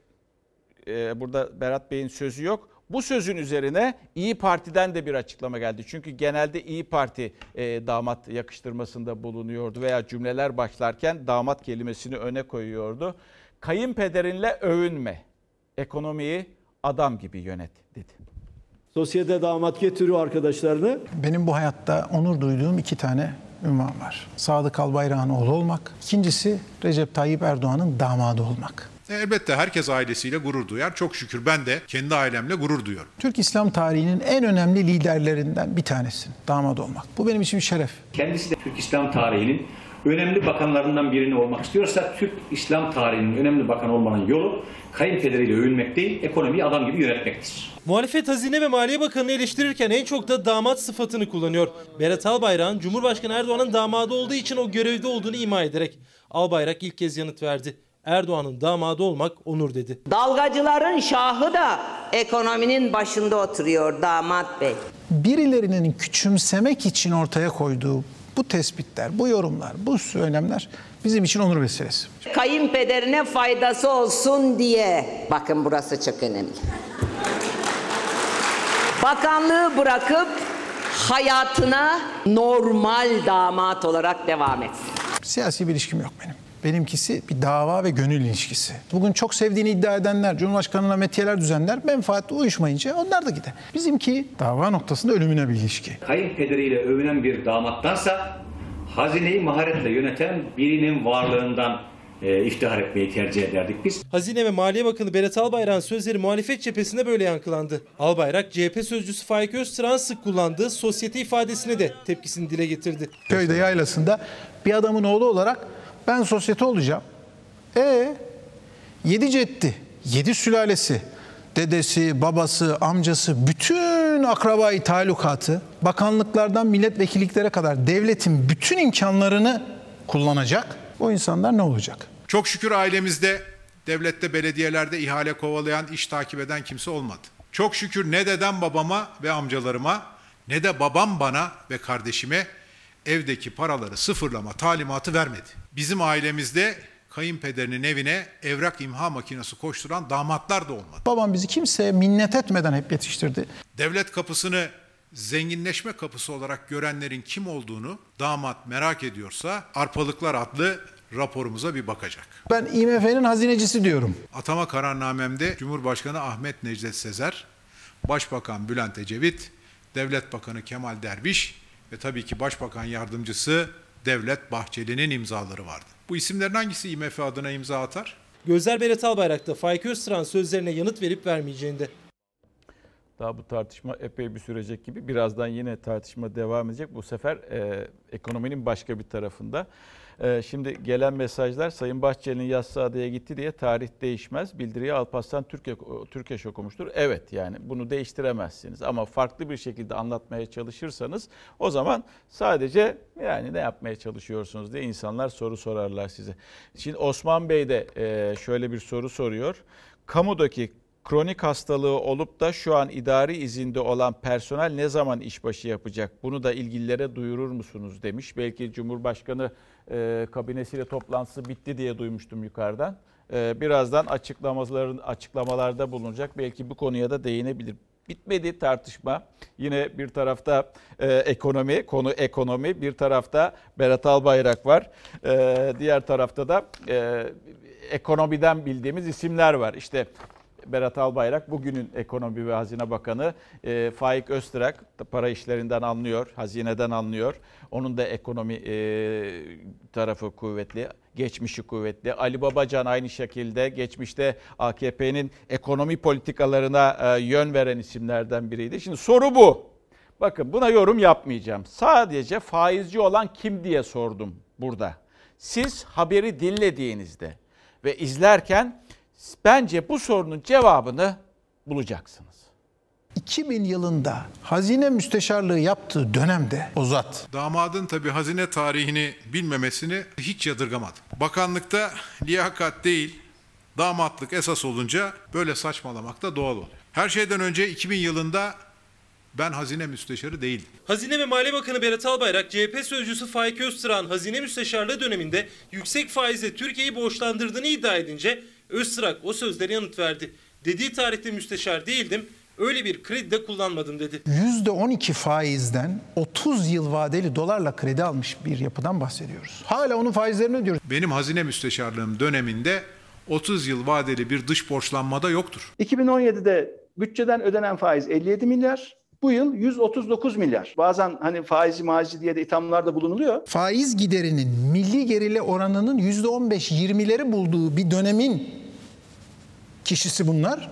Speaker 1: e, burada Berat Bey'in sözü yok. Bu sözün üzerine İyi Parti'den de bir açıklama geldi. Çünkü genelde İyi Parti e, damat yakıştırmasında bulunuyordu veya cümleler başlarken damat kelimesini öne koyuyordu. Kayınpederinle övünme, ekonomiyi adam gibi yönet dedi.
Speaker 20: Sosyete damat getiriyor arkadaşlarını.
Speaker 18: Benim bu hayatta onur duyduğum iki tane ünvan var. Sadık Albayrak'ın oğlu olmak, ikincisi Recep Tayyip Erdoğan'ın damadı olmak.
Speaker 16: Elbette herkes ailesiyle gurur duyar. Çok şükür ben de kendi ailemle gurur duyuyorum.
Speaker 18: Türk İslam tarihinin en önemli liderlerinden bir tanesi damat olmak. Bu benim için bir şeref.
Speaker 15: Kendisi de Türk İslam tarihinin önemli bakanlarından birini olmak istiyorsa Türk İslam tarihinin önemli bakan olmanın yolu kayınpederiyle övünmek değil, ekonomiyi adam gibi yönetmektir.
Speaker 12: Muhalefet Hazine ve Maliye Bakanı'nı eleştirirken en çok da damat sıfatını kullanıyor. Berat Albayrak'ın Cumhurbaşkanı Erdoğan'ın damadı olduğu için o görevde olduğunu ima ederek. Albayrak ilk kez yanıt verdi. Erdoğan'ın damadı olmak onur dedi.
Speaker 21: Dalgacıların şahı da ekonominin başında oturuyor damat bey.
Speaker 18: Birilerinin küçümsemek için ortaya koyduğu bu tespitler, bu yorumlar, bu söylemler bizim için onur meselesi.
Speaker 21: Kayınpederine faydası olsun diye. Bakın burası çok önemli. Bakanlığı bırakıp hayatına normal damat olarak devam etsin.
Speaker 18: Siyasi bir ilişkim yok benim. Benimkisi bir dava ve gönül ilişkisi. Bugün çok sevdiğini iddia edenler, Cumhurbaşkanı'na metiyeler düzenler, menfaat uyuşmayınca onlar da gider. Bizimki dava noktasında ölümüne bir ilişki.
Speaker 15: Kayınpederiyle övünen bir damattansa hazineyi maharetle yöneten birinin varlığından e, iftihar etmeyi tercih ederdik biz.
Speaker 12: Hazine ve Maliye Bakanı Berat Albayrak'ın sözleri muhalefet cephesinde böyle yankılandı. Albayrak, C H P sözcüsü Faik Öztürk'ün sık kullandığı sosyete ifadesine de tepkisini dile getirdi.
Speaker 18: Köyde yaylasında bir adamın oğlu olarak ben sosyete olacağım. E yedi ceddi, yedi sülalesi, dedesi, babası, amcası, bütün akrabayı talukatı, bakanlıklardan milletvekilliklere kadar devletin bütün imkanlarını kullanacak. O insanlar ne olacak?
Speaker 16: Çok şükür ailemizde, devlette, belediyelerde ihale kovalayan, iş takip eden kimse olmadı. Çok şükür ne dedem babama ve amcalarıma ne de babam bana ve kardeşime evdeki paraları sıfırlama talimatı vermedi. Bizim ailemizde kayınpederinin evine evrak imha makinesi koşturan damatlar da olmadı.
Speaker 18: Babam bizi kimseye minnet etmeden hep yetiştirdi.
Speaker 16: Devlet kapısını zenginleşme kapısı olarak görenlerin kim olduğunu damat merak ediyorsa Arpalıklar adlı raporumuza bir bakacak.
Speaker 18: Ben I M F'nin hazinecisi diyorum.
Speaker 16: Atama kararnamemde Cumhurbaşkanı Ahmet Necdet Sezer, Başbakan Bülent Ecevit, Devlet Bakanı Kemal Derviş ve tabii ki Başbakan Yardımcısı Devlet Bahçeli'nin imzaları vardı. Bu isimlerin hangisi I M F adına imza atar?
Speaker 12: Gözler Berat Albayrak'ta Faik Öztürk'ün sözlerine yanıt verip vermeyeceğinde.
Speaker 1: Daha bu tartışma epey bir sürecek gibi. Birazdan yine tartışma devam edecek. Bu sefer e, ekonominin başka bir tarafında. E, şimdi gelen mesajlar Sayın Bahçeli'nin Yassıada'ya gitti diye tarih değişmez. Bildiriyi Alparslan Türke, Türkeş okumuştur. Evet, yani bunu değiştiremezsiniz. Ama farklı bir şekilde anlatmaya çalışırsanız o zaman sadece yani ne yapmaya çalışıyorsunuz diye insanlar soru sorarlar size. Şimdi Osman Bey de e, şöyle bir soru soruyor. Kamudaki kronik hastalığı olup da şu an idari izinde olan personel ne zaman işbaşı yapacak? Bunu da ilgililere duyurur musunuz demiş. Belki Cumhurbaşkanı e, kabinesiyle toplantısı bitti diye duymuştum yukarıdan. E, birazdan açıklamaların açıklamalarda bulunacak. Belki bu konuya da değinebilir. Bitmedi tartışma. Yine bir tarafta e, ekonomi, konu ekonomi. Bir tarafta Berat Albayrak var. E, diğer tarafta da e, ekonomiden bildiğimiz isimler var. İşte Berat Albayrak bugünün Ekonomi ve Hazine Bakanı, e, Faik Öztürk para işlerinden anlıyor, hazineden anlıyor. Onun da ekonomi e, tarafı kuvvetli, geçmişi kuvvetli. Ali Babacan aynı şekilde geçmişte A K P'nin ekonomi politikalarına e, yön veren isimlerden biriydi. Şimdi soru bu. Bakın buna yorum yapmayacağım. Sadece faizci olan kim diye sordum burada. Siz haberi dinlediğinizde ve izlerken bence bu sorunun cevabını bulacaksınız.
Speaker 18: iki bin yılında hazine müsteşarlığı yaptığı dönemde o zat.
Speaker 16: Damadın tabii hazine tarihini bilmemesini hiç yadırgamadım. Bakanlıkta liyakat değil, damatlık esas olunca böyle saçmalamak da doğal oluyor. Her şeyden önce iki bin yılında ben hazine müsteşarı değildim.
Speaker 12: Hazine ve Maliye Bakanı Berat Albayrak, C H P sözcüsü Faik Öztürk'ün hazine müsteşarlığı döneminde yüksek faizle Türkiye'yi borçlandırdığını iddia edince Öztürk o sözlere yanıt verdi. Dediği tarihte müsteşar değildim, öyle bir kredi de kullanmadım dedi.
Speaker 18: yüzde on iki faizden otuz yıl vadeli dolarla kredi almış bir yapıdan bahsediyoruz. Hala onun faizlerini ödüyoruz.
Speaker 16: Benim hazine müsteşarlığım döneminde otuz yıl vadeli bir dış borçlanmada yoktur.
Speaker 13: iki bin on yedide bütçeden ödenen faiz elli yedi milyar. Bu yıl yüz otuz dokuz milyar. Bazen hani faizi maizi diye de ithamlarda bulunuluyor.
Speaker 18: Faiz giderinin milli gerili oranının yüzde on beş yirmileri bulduğu bir dönemin kişisi bunlar.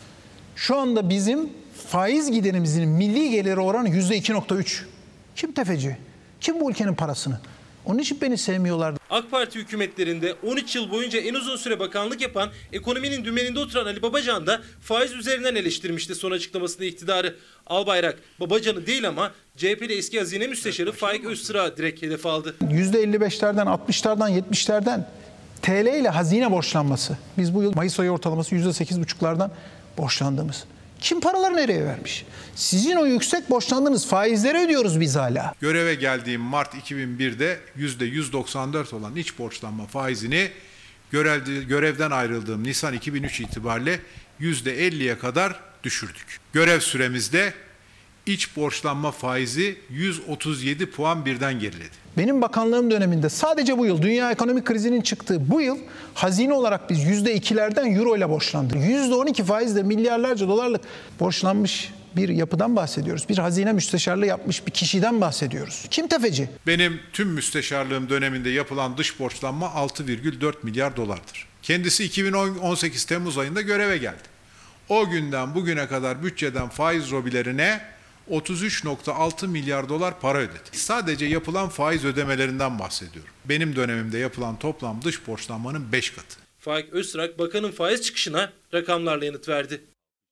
Speaker 18: Şu anda bizim faiz giderimizin milli geliri oranı yüzde iki nokta üç. Kim tefeci? Kim bu ülkenin parasını? Onun için beni sevmiyorlardı.
Speaker 12: AK Parti hükümetlerinde on üç yıl boyunca en uzun süre bakanlık yapan, ekonominin dümeninde oturan Ali Babacan da faiz üzerinden eleştirmişti son açıklamasında iktidarı. Albayrak, Babacan'ı değil ama C H P'li eski hazine müsteşarı Faik Öztürk'ü direkt hedef aldı.
Speaker 18: yüzde elli beşlerden, altmışlardan, yetmişlerden T L ile hazine borçlanması. Biz bu yıl Mayıs ayı ortalaması yüzde sekiz buçuklardan borçlandığımız. Kim paraları nereye vermiş? Sizin o yüksek borçlandığınız faizlere ödüyoruz biz hala.
Speaker 16: Göreve geldiğim Mart iki bin birde yüzde yüz doksan dört olan iç borçlanma faizini görevde, görevden ayrıldığım Nisan iki bin üç itibariyle yüzde elliye kadar düşürdük. Görev süremizde iç borçlanma faizi yüz otuz yedi puan birden geriledi.
Speaker 18: Benim bakanlığım döneminde sadece bu yıl dünya ekonomik krizinin çıktığı bu yıl hazine olarak biz yüzde ikilerden euro ile borçlandık. yüzde on iki faizle milyarlarca dolarlık borçlanmış bir yapıdan bahsediyoruz. Bir hazine müsteşarlığı yapmış bir kişiden bahsediyoruz. Kim tefeci?
Speaker 16: Benim tüm müsteşarlığım döneminde yapılan dış borçlanma altı virgül dört milyar dolardır. Kendisi iki bin on sekiz Temmuz ayında göreve geldi. O günden bugüne kadar bütçeden faiz robilerine otuz üç virgül altı milyar dolar para ödedi. Sadece yapılan faiz ödemelerinden bahsediyorum. Benim dönemimde yapılan toplam dış borçlanmanın beş katı.
Speaker 12: Faik Öztrak bakanın faiz çıkışına rakamlarla yanıt verdi.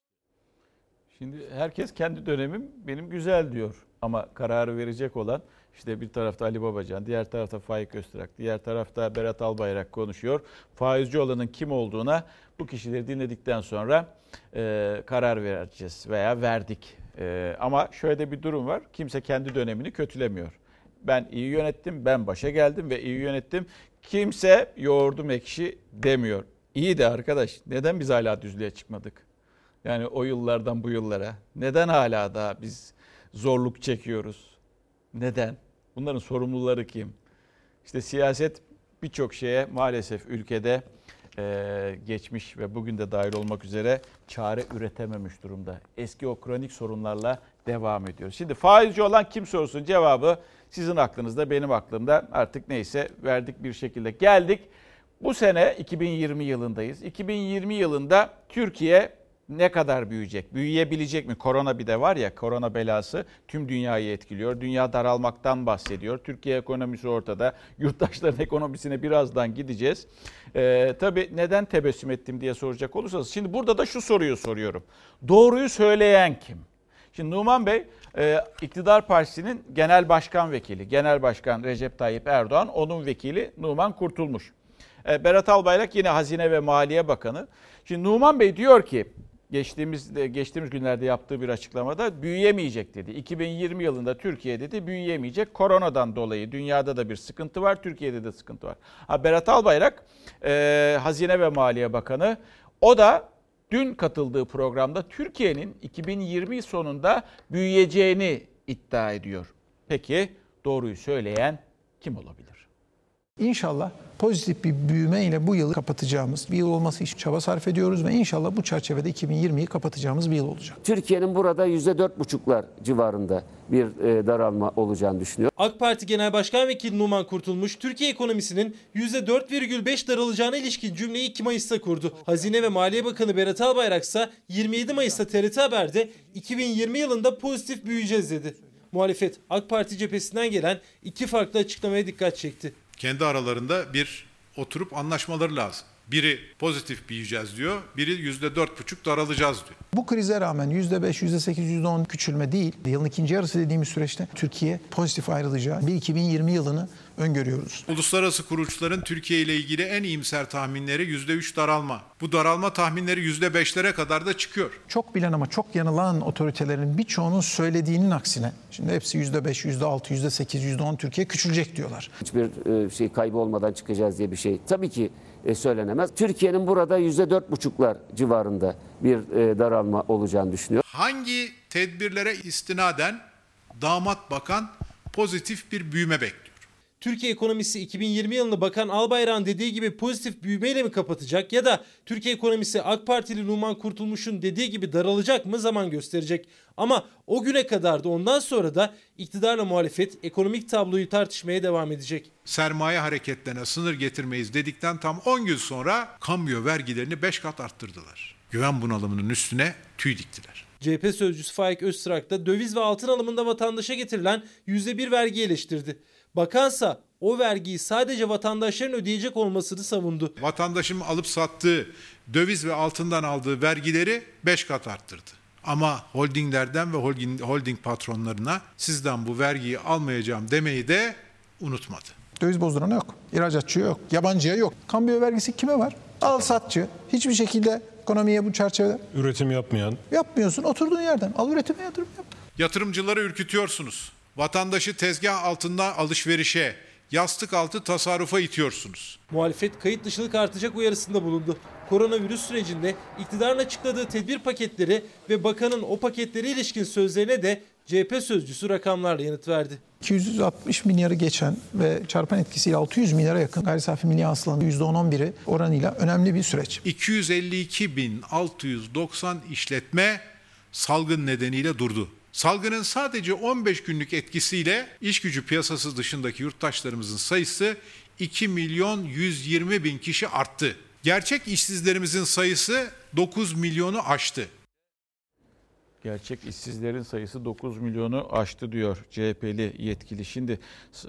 Speaker 1: Şimdi herkes kendi dönemim benim güzel diyor. Ama kararı verecek olan işte bir tarafta Ali Babacan, diğer tarafta Faik Öztrak, diğer tarafta Berat Albayrak konuşuyor. Faizci olanın kim olduğuna bu kişileri dinledikten sonra e, karar vereceğiz veya verdik. E, ama şöyle bir durum var. Kimse kendi dönemini kötülemiyor. Ben iyi yönettim, ben başa geldim ve iyi yönettim. Kimse yoğurdum ekşi demiyor. İyi de arkadaş, neden biz hala düzlüğe çıkmadık? Yani o yıllardan bu yıllara. Neden hala daha biz zorluk çekiyoruz? Neden? Bunların sorumluları kim? İşte siyaset birçok şeye maalesef ülkede e, geçmiş ve bugün de dahil olmak üzere çare üretememiş durumda. Eski o kronik sorunlarla devam ediyoruz. Şimdi faizci olan kim sorusunun cevabı sizin aklınızda, benim aklımda. Artık neyse verdik bir şekilde. Geldik. Bu sene iki bin yirmi yılındayız. iki bin yirmi yılında Türkiye ne kadar büyüyecek? Büyüyebilecek mi? Korona bir de var ya, korona belası tüm dünyayı etkiliyor. Dünya daralmaktan bahsediyor. Türkiye ekonomisi ortada. Yurttaşların ekonomisine birazdan gideceğiz. Ee, tabii neden tebessüm ettim diye soracak olursanız. Şimdi burada da şu soruyu soruyorum. Doğruyu söyleyen kim? Şimdi Numan Bey, e, İktidar Partisi'nin genel başkan vekili. Genel başkan Recep Tayyip Erdoğan, onun vekili Numan Kurtulmuş. E, Berat Albayrak yine Hazine ve Maliye Bakanı. Şimdi Numan Bey diyor ki, Geçtiğimiz geçtiğimiz günlerde yaptığı bir açıklamada büyüyemeyecek dedi. iki bin yirmi yılında Türkiye dedi büyüyemeyecek. Koronadan dolayı dünyada da bir sıkıntı var, Türkiye'de de sıkıntı var. Ha, Berat Albayrak, e, Hazine ve Maliye Bakanı, o da dün katıldığı programda Türkiye'nin iki bin yirmi sonunda büyüyeceğini iddia ediyor. Peki doğruyu söyleyen kim olabilir?
Speaker 18: İnşallah pozitif bir büyüme ile bu yılı kapatacağımız bir yıl olması için çaba sarf ediyoruz ve inşallah bu çerçevede iki bin yirmiyi kapatacağımız bir yıl olacak.
Speaker 4: Türkiye'nin burada yüzde dört buçuklar civarında bir daralma olacağını düşünüyor.
Speaker 12: AK Parti Genel Başkan Vekili Numan Kurtulmuş, Türkiye ekonomisinin yüzde dört virgül beş daralacağına ilişkin cümleyi iki Mayıs'ta kurdu. Hazine ve Maliye Bakanı Berat Albayrak ise yirmi yedi Mayıs'ta T R T Haber'de iki bin yirmi yılında pozitif büyüyeceğiz dedi. Muhalefet AK Parti cephesinden gelen iki farklı açıklamaya dikkat çekti.
Speaker 16: Kendi aralarında bir oturup anlaşmaları lazım. Biri pozitif büyüyeceğiz diyor, biri yüzde dört buçuk daralacağız diyor.
Speaker 18: Bu krize rağmen yüzde beş, yüzde sekiz, yüzde on küçülme değil. Yılın ikinci yarısı dediğimiz süreçte Türkiye pozitif ayrılacağı bir iki bin yirmi yılını öngörüyoruz.
Speaker 16: Uluslararası kuruluşların Türkiye ile ilgili en iyimser tahminleri yüzde üç daralma. Bu daralma tahminleri yüzde beşlere kadar da çıkıyor.
Speaker 18: Çok bilen ama çok yanılan otoritelerin birçoğunun söylediğinin aksine, şimdi hepsi yüzde beş, yüzde altı, yüzde sekiz, yüzde on Türkiye küçülecek diyorlar.
Speaker 4: Hiçbir şey kaybı olmadan çıkacağız diye bir şey tabii ki söylenemez. Türkiye'nin burada yüzde dört buçuklar civarında bir daralma olacağını düşünüyor.
Speaker 16: Hangi tedbirlere istinaden damat bakan pozitif bir büyüme bekliyor?
Speaker 12: Türkiye ekonomisi iki bin yirmi yılını Bakan Albayrak'ın dediği gibi pozitif büyümeyle mi kapatacak ya da Türkiye ekonomisi AK Partili Numan Kurtulmuş'un dediği gibi daralacak mı zaman gösterecek. Ama o güne kadar da ondan sonra da iktidarla muhalefet ekonomik tabloyu tartışmaya devam edecek.
Speaker 16: Sermaye hareketlerine sınır getirmeyiz dedikten tam on gün sonra kambiyo vergilerini beş kat arttırdılar. Güven bunalımının üstüne tüy diktiler.
Speaker 12: C H P sözcüsü Faik Öztrak da döviz ve altın alımında vatandaşa getirilen yüzde bir vergi eleştirdi. Bakansa o vergiyi sadece vatandaşların ödeyecek olmasını savundu.
Speaker 16: Vatandaşın alıp sattığı döviz ve altından aldığı vergileri beş kat arttırdı. Ama holdinglerden ve holding, holding patronlarına sizden bu vergiyi almayacağım demeyi de unutmadı.
Speaker 18: Döviz bozdurana yok, ihracatçıya yok, yabancıya yok. Kambiyo vergisi kime var? Al satçı. Hiçbir şekilde ekonomiye bu çerçevede
Speaker 7: üretim yapmayan.
Speaker 18: Yapmıyorsun, oturduğun yerden. Al üretime yatırım yap.
Speaker 16: Yatırımcıları ürkütüyorsunuz. Vatandaşı tezgah altında alışverişe, yastık altı tasarrufa itiyorsunuz.
Speaker 12: Muhalefet kayıt dışılık artacak uyarısında bulundu. Koronavirüs sürecinde iktidarın açıkladığı tedbir paketleri ve bakanın o paketlere ilişkin sözlerine de C H P sözcüsü rakamlarla yanıt verdi.
Speaker 18: iki yüz altmış milyarı geçen ve çarpan etkisiyle altı yüz milyara yakın gayri safi milli hasılanın yüzde on on biri oranıyla önemli bir süreç.
Speaker 16: iki yüz elli iki bin altı yüz doksan işletme salgın nedeniyle durdu. Salgının sadece on beş günlük etkisiyle iş gücü piyasası dışındaki yurttaşlarımızın sayısı iki milyon yüz yirmi bin kişi arttı. Gerçek işsizlerimizin sayısı dokuz milyonu aştı.
Speaker 1: Gerçek işsizlerin sayısı dokuz milyonu aştı diyor C H P'li yetkili. Şimdi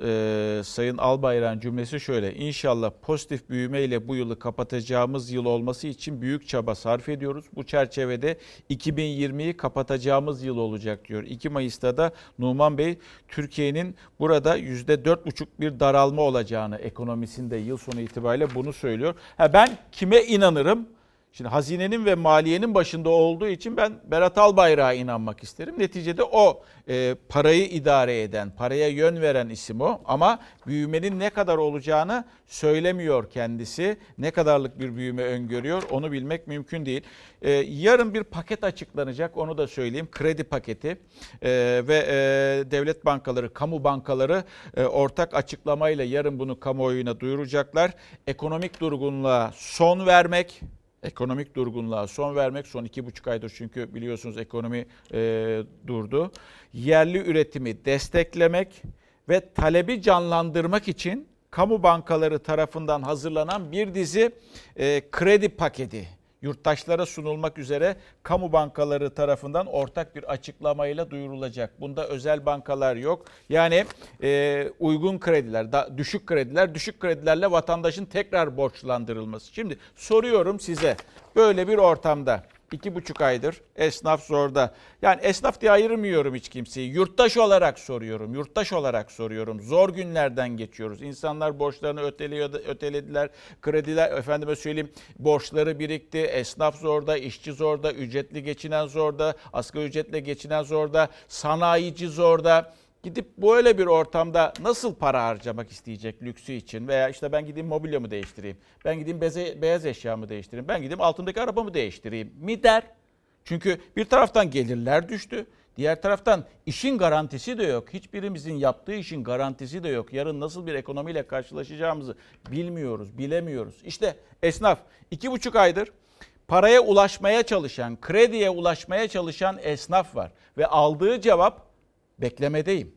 Speaker 1: e, Sayın Albayrak'ın cümlesi şöyle: İnşallah pozitif büyümeyle bu yılı kapatacağımız yıl olması için büyük çaba sarf ediyoruz. Bu çerçevede iki bin yirmiyi kapatacağımız yıl olacak diyor. iki Mayıs'ta da Numan Bey Türkiye'nin burada yüzde dört buçuk bir daralma olacağını ekonomisinde yıl sonu itibariyle bunu söylüyor. Ha, ben kime inanırım? Şimdi hazinenin ve maliyenin başında olduğu için ben Berat Albayrak'a inanmak isterim. Neticede o e, parayı idare eden, paraya yön veren isim o. Ama büyümenin ne kadar olacağını söylemiyor kendisi. Ne kadarlık bir büyüme öngörüyor onu bilmek mümkün değil. E, yarın bir paket açıklanacak, onu da söyleyeyim. Kredi paketi e, ve e, devlet bankaları, kamu bankaları e, ortak açıklamayla yarın bunu kamuoyuna duyuracaklar. Ekonomik durgunluğa son vermek. Ekonomik durgunluğa son vermek, son iki buçuk aydır çünkü biliyorsunuz ekonomi e, durdu. Yerli üretimi desteklemek ve talebi canlandırmak için kamu bankaları tarafından hazırlanan bir dizi e, kredi paketi yurttaşlara sunulmak üzere kamu bankaları tarafından ortak bir açıklamayla duyurulacak. Bunda özel bankalar yok. Yani e, uygun krediler, da, düşük krediler, düşük kredilerle vatandaşın tekrar borçlandırılması. Şimdi soruyorum size, böyle bir ortamda iki buçuk aydır esnaf zorda. Yani esnaf diye ayırmıyorum hiç kimseyi. Yurttaş olarak soruyorum, yurttaş olarak soruyorum. Zor günlerden geçiyoruz. İnsanlar borçlarını ötelediler, krediler, efendime söyleyeyim, borçları birikti. Esnaf zorda, işçi zorda, ücretli geçinen zorda, asgari ücretle geçinen zorda, sanayici zorda. Gidip böyle bir ortamda nasıl para harcamak isteyecek lüksü için? Veya işte ben gideyim mobilyamı değiştireyim, ben gideyim beze, beyaz eşyamı değiştireyim, ben gideyim altındaki arabamı değiştireyim mi der? Çünkü bir taraftan gelirler düştü, diğer taraftan işin garantisi de yok. Hiçbirimizin yaptığı işin garantisi de yok. Yarın nasıl bir ekonomiyle karşılaşacağımızı bilmiyoruz, bilemiyoruz. İşte esnaf iki buçuk aydır paraya ulaşmaya çalışan, krediye ulaşmaya çalışan esnaf var. Ve aldığı cevap: beklemedeyim.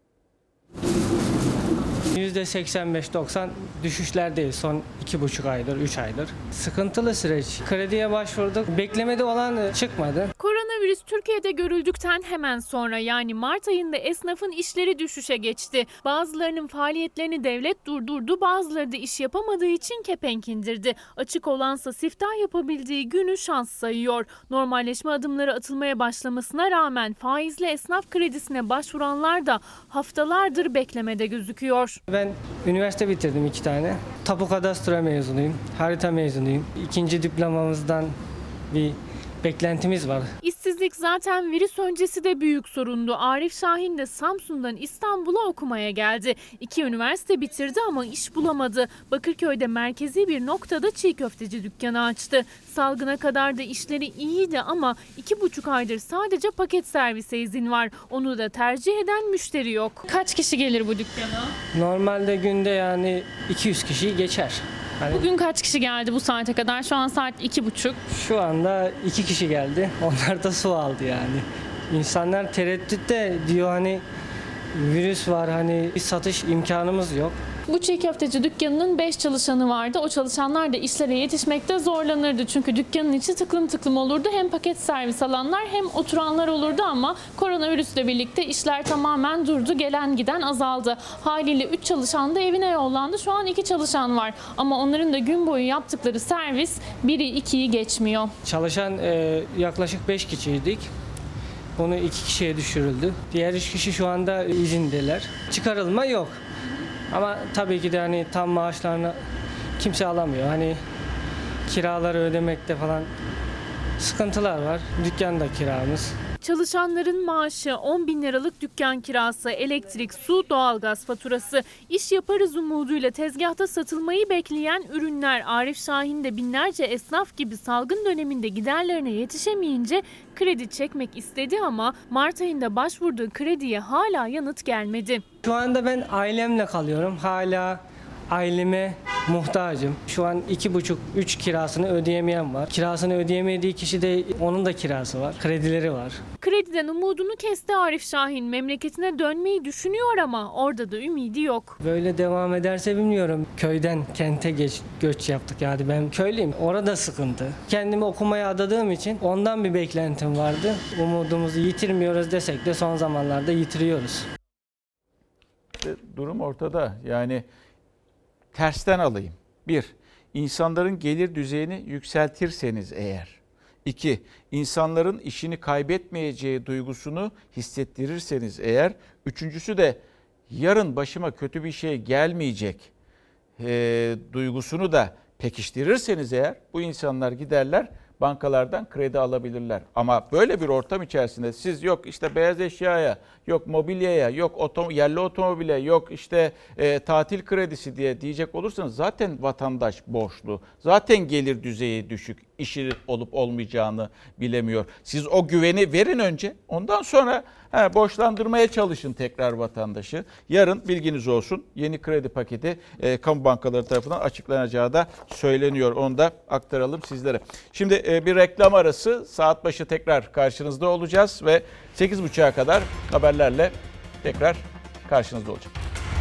Speaker 22: yüzde seksen beş doksan düşüşlerdeyiz son iki buçuk aydır, üç aydır. Sıkıntılı süreç. Krediye başvurduk. Beklemede olan çıkmadı.
Speaker 23: Koronavirüs Türkiye'de görüldükten hemen sonra, yani Mart ayında esnafın işleri düşüşe geçti. Bazılarının faaliyetlerini devlet durdurdu, bazıları da iş yapamadığı için kepenk indirdi. Açık olansa siftah yapabildiği günü şans sayıyor. Normalleşme adımları atılmaya başlamasına rağmen faizli esnaf kredisine başvuranlar da haftalardır beklemede gözüküyor.
Speaker 22: Ben üniversite bitirdim iki tane. Tapu kadastro mezunuyum, harita mezunuyum. İkinci diplomamızdan bir beklentimiz var.
Speaker 23: İşsizlik zaten virüs öncesi de büyük sorundu. Arif Şahin de Samsun'dan İstanbul'a okumaya geldi. İki üniversite bitirdi ama iş bulamadı. Bakırköy'de merkezi bir noktada çiğ köfteci dükkanı açtı. Salgına kadar da işleri iyiydi ama iki buçuk aydır sadece paket servise izin var. Onu da tercih eden müşteri yok. Kaç kişi gelir bu dükkana?
Speaker 22: Normalde günde yani iki yüz kişi geçer. Hani
Speaker 23: bugün kaç kişi geldi bu saate kadar? Şu an saat iki buçuk.
Speaker 22: Şu anda iki kişi geldi. Onlar da su aldı yani. İnsanlar tereddütte diyor, hani virüs var, hani bir satış imkanımız yok.
Speaker 23: Bu çiğ köfteci dükkanının beş çalışanı vardı. O çalışanlar da işlere yetişmekte zorlanırdı. Çünkü dükkanın içi tıklım tıklım olurdu. Hem paket servis alanlar hem oturanlar olurdu ama koronavirüsle birlikte işler tamamen durdu. Gelen giden azaldı. Haliyle üç çalışan da evine yollandı. Şu an iki çalışan var. Ama onların da gün boyu yaptıkları servis biri ikiyi geçmiyor.
Speaker 22: Çalışan e, yaklaşık beş kişiydik. Bunu iki kişiye düşürüldü. Diğer üç kişi şu anda izindeler. Çıkarılma yok. Ama tabii ki de hani tam maaşlarını kimse alamıyor. Hani kiraları ödemekte falan sıkıntılar var. Dükkan da kiramız.
Speaker 23: Çalışanların maaşı, on bin liralık dükkan kirası, elektrik, su, doğalgaz faturası, iş yaparız umuduyla tezgahta satılmayı bekleyen ürünler. Arif Şahin de binlerce esnaf gibi salgın döneminde giderlerine yetişemeyince kredi çekmek istedi ama Mart ayında başvurduğu krediye hala yanıt gelmedi.
Speaker 22: Şu anda ben ailemle kalıyorum. Hala aileme muhtacım. Şu an iki buçuk üç kirasını ödeyemeyen var. Kirasını ödeyemediği kişi de onun da kirası var. Kredileri var.
Speaker 23: Krediden umudunu kesti Arif Şahin. Memleketine dönmeyi düşünüyor ama orada da ümidi yok.
Speaker 22: Böyle devam ederse bilmiyorum. Köyden kente geç, göç yaptık. Yani ben köylüyüm. Orada sıkıntı. Kendimi okumaya adadığım için ondan bir beklentim vardı. Umudumuzu yitirmiyoruz desek de son zamanlarda yitiriyoruz.
Speaker 1: Durum ortada. Yani tersten alayım. Bir, insanların gelir düzeyini yükseltirseniz eğer. İki, insanların işini kaybetmeyeceği duygusunu hissettirirseniz eğer. Üçüncüsü de yarın başıma kötü bir şey gelmeyecek e, duygusunu da pekiştirirseniz eğer bu insanlar giderler bankalardan kredi alabilirler. Ama böyle bir ortam içerisinde siz yok işte beyaz eşyaya, yok mobilyaya, yok otom yerli otomobile, yok işte e, tatil kredisi diye diyecek olursanız zaten vatandaş borçlu. Zaten gelir düzeyi düşük, işi olup olmayacağını bilemiyor. Siz o güveni verin önce, ondan sonra he, borçlandırmaya çalışın tekrar vatandaşı. Yarın bilginiz olsun, yeni kredi paketi e, kamu bankaları tarafından açıklanacağı da söyleniyor. Onu da aktaralım sizlere. Şimdi e, bir reklam arası, saat başı tekrar karşınızda olacağız ve sekiz buçuğa kadar haberlerle tekrar karşınızda olacağım.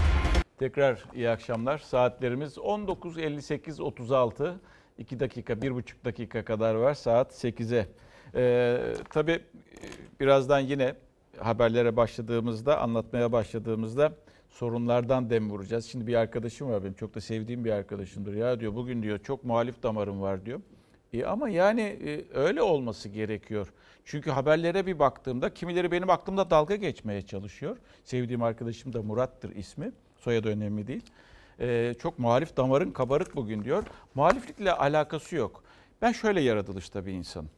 Speaker 1: Tekrar iyi akşamlar. Saatlerimiz on dokuz elli sekiz otuz altı. iki dakika, bir buçuk dakika kadar var saat sekize. Ee, tabii birazdan yine haberlere başladığımızda, anlatmaya başladığımızda sorunlardan dem vuracağız. Şimdi bir arkadaşım var benim, çok da sevdiğim bir arkadaşımdır. Ya diyor bugün diyor çok muhalif damarım var diyor. E ama yani e, öyle olması gerekiyor. Çünkü haberlere bir baktığımda kimileri benim aklımda dalga geçmeye çalışıyor. Sevdiğim arkadaşım da Murat'tır ismi. Soyadı önemli değil. Ee, çok muhalif damarın kabarık bugün diyor. Muhaliflikle alakası yok. Ben şöyle yaratılışta bir insanım.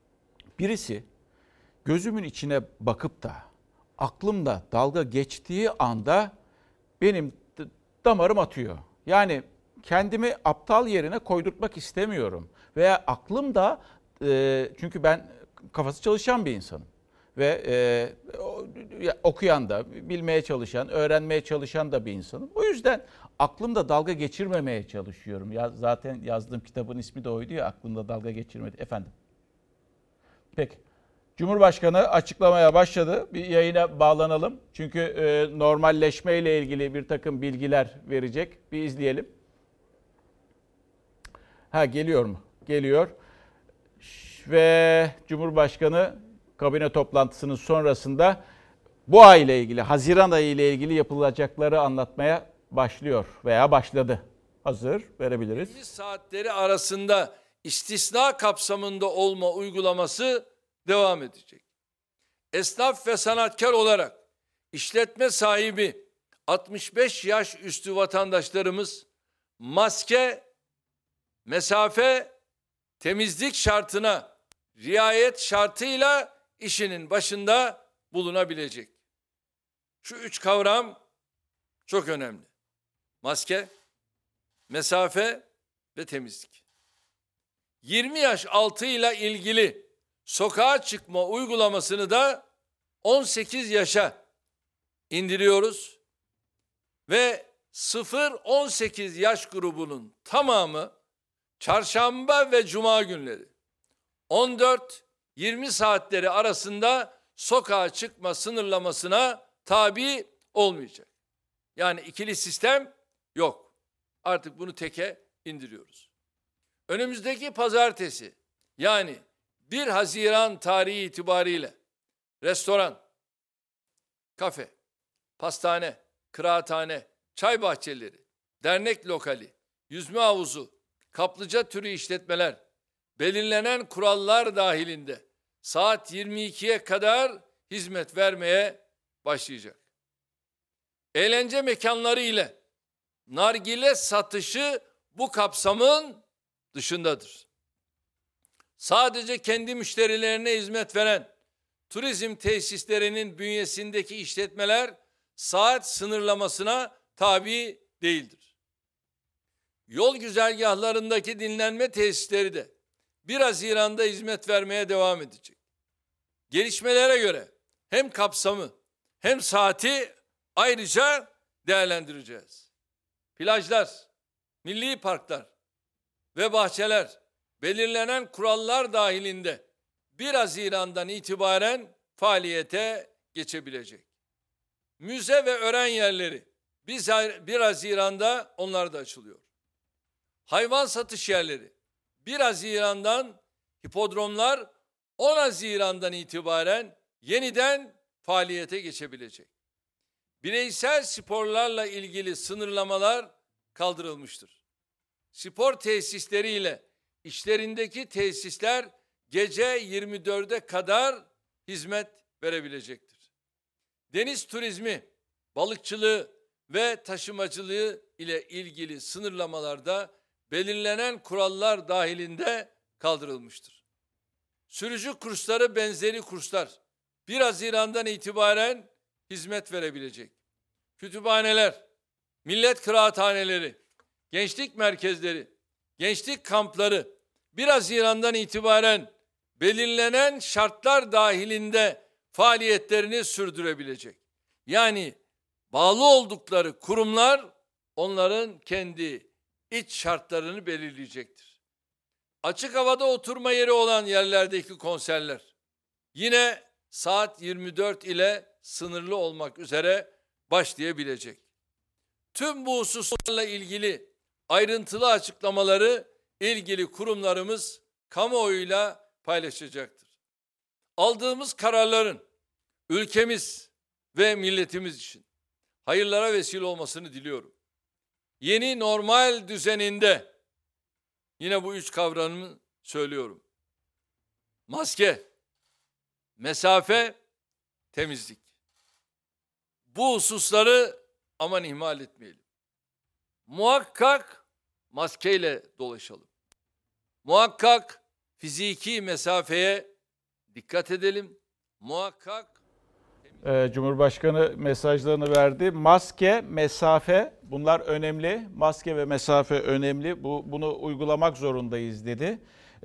Speaker 1: Birisi gözümün içine bakıp da aklımda dalga geçtiği anda benim damarım atıyor. Yani kendimi aptal yerine koydurtmak istemiyorum. Veya aklımda e, çünkü ben kafası çalışan bir insanım. Ve e, okuyan da, bilmeye çalışan, öğrenmeye çalışan da bir insanım. O yüzden aklımda dalga geçirmemeye çalışıyorum. Ya, zaten yazdığım kitabın ismi de oydu ya, aklımda dalga geçirmedi. Efendim. Peki. Cumhurbaşkanı açıklamaya başladı. Bir yayına bağlanalım. Çünkü e, normalleşme ile ilgili bir takım bilgiler verecek. Bir izleyelim. Ha geliyor mu? Geliyor. Ve Cumhurbaşkanı kabine toplantısının sonrasında bu ay ile ilgili, Haziran ayı ile ilgili yapılacakları anlatmaya başlıyor veya başladı. Hazır, verebiliriz.
Speaker 6: Saatleri arasında istisna kapsamında olma uygulaması devam edecek. Esnaf ve sanatkar olarak işletme sahibi altmış beş yaş üstü vatandaşlarımız maske, mesafe, temizlik şartına riayet şartıyla işinin başında bulunabilecek. Şu üç kavram çok önemli. Maske, mesafe ve temizlik. yirmi yaş altıyla ilgili sokağa çıkma uygulamasını da on sekiz yaşa indiriyoruz ve sıfır on sekiz yaş grubunun tamamı çarşamba ve cuma günleri on dört yirmi saatleri arasında sokağa çıkma sınırlamasına tabi olmayacak. Yani ikili sistem yok. Artık bunu teke indiriyoruz. Önümüzdeki pazartesi yani bir Haziran tarihi itibariyle restoran, kafe, pastane, kıraathane, çay bahçeleri, dernek lokali, yüzme havuzu, kaplıca türü işletmeler belirlenen kurallar dahilinde saat yirmi ikiye kadar hizmet vermeye başlayacak. Eğlence mekanları ile nargile satışı bu kapsamın dışındadır. Sadece kendi müşterilerine hizmet veren turizm tesislerinin bünyesindeki işletmeler saat sınırlamasına tabi değildir. Yol güzergahlarındaki dinlenme tesisleri de bir Haziran'da hizmet vermeye devam edecek. Gelişmelere göre hem kapsamı hem saati ayrıca değerlendireceğiz. Plajlar, milli parklar ve bahçeler belirlenen kurallar dahilinde bir Haziran'dan itibaren faaliyete geçebilecek. Müze ve öğren yerleri bir Haziran'da onlar da açılıyor. Hayvan satış yerleri bir Haziran'dan, hipodromlar on Haziran'dan itibaren yeniden faaliyete geçebilecek. Bireysel sporlarla ilgili sınırlamalar kaldırılmıştır. Spor tesisleriyle işlerindeki tesisler gece yirmi dörde kadar hizmet verebilecektir. Deniz turizmi, balıkçılığı ve taşımacılığı ile ilgili sınırlamalarda belirlenen kurallar dahilinde kaldırılmıştır. Sürücü kursları benzeri kurslar bir Haziran'dan itibaren hizmet verebilecek. Kütüphaneler, millet kıraathaneleri, gençlik merkezleri, gençlik kampları bir Haziran'dan itibaren belirlenen şartlar dahilinde faaliyetlerini sürdürebilecek. Yani bağlı oldukları kurumlar onların kendi iç şartlarını belirleyecektir. Açık havada oturma yeri olan yerlerdeki konserler yine saat yirmi dört ile sınırlı olmak üzere başlayabilecek. Tüm bu hususlarla ilgili ayrıntılı açıklamaları ilgili kurumlarımız kamuoyuyla paylaşacaktır. Aldığımız kararların ülkemiz ve milletimiz için hayırlara vesile olmasını diliyorum. Yeni normal düzeninde yine bu üç kavramı söylüyorum. Maske, mesafe, temizlik. Bu hususları aman ihmal etmeyelim. Muhakkak maskeyle dolaşalım. Muhakkak fiziki mesafeye dikkat edelim. Muhakkak
Speaker 1: Ee, Cumhurbaşkanı mesajlarını verdi. Maske, mesafe bunlar önemli. Maske ve mesafe önemli. Bu bunu uygulamak zorundayız dedi.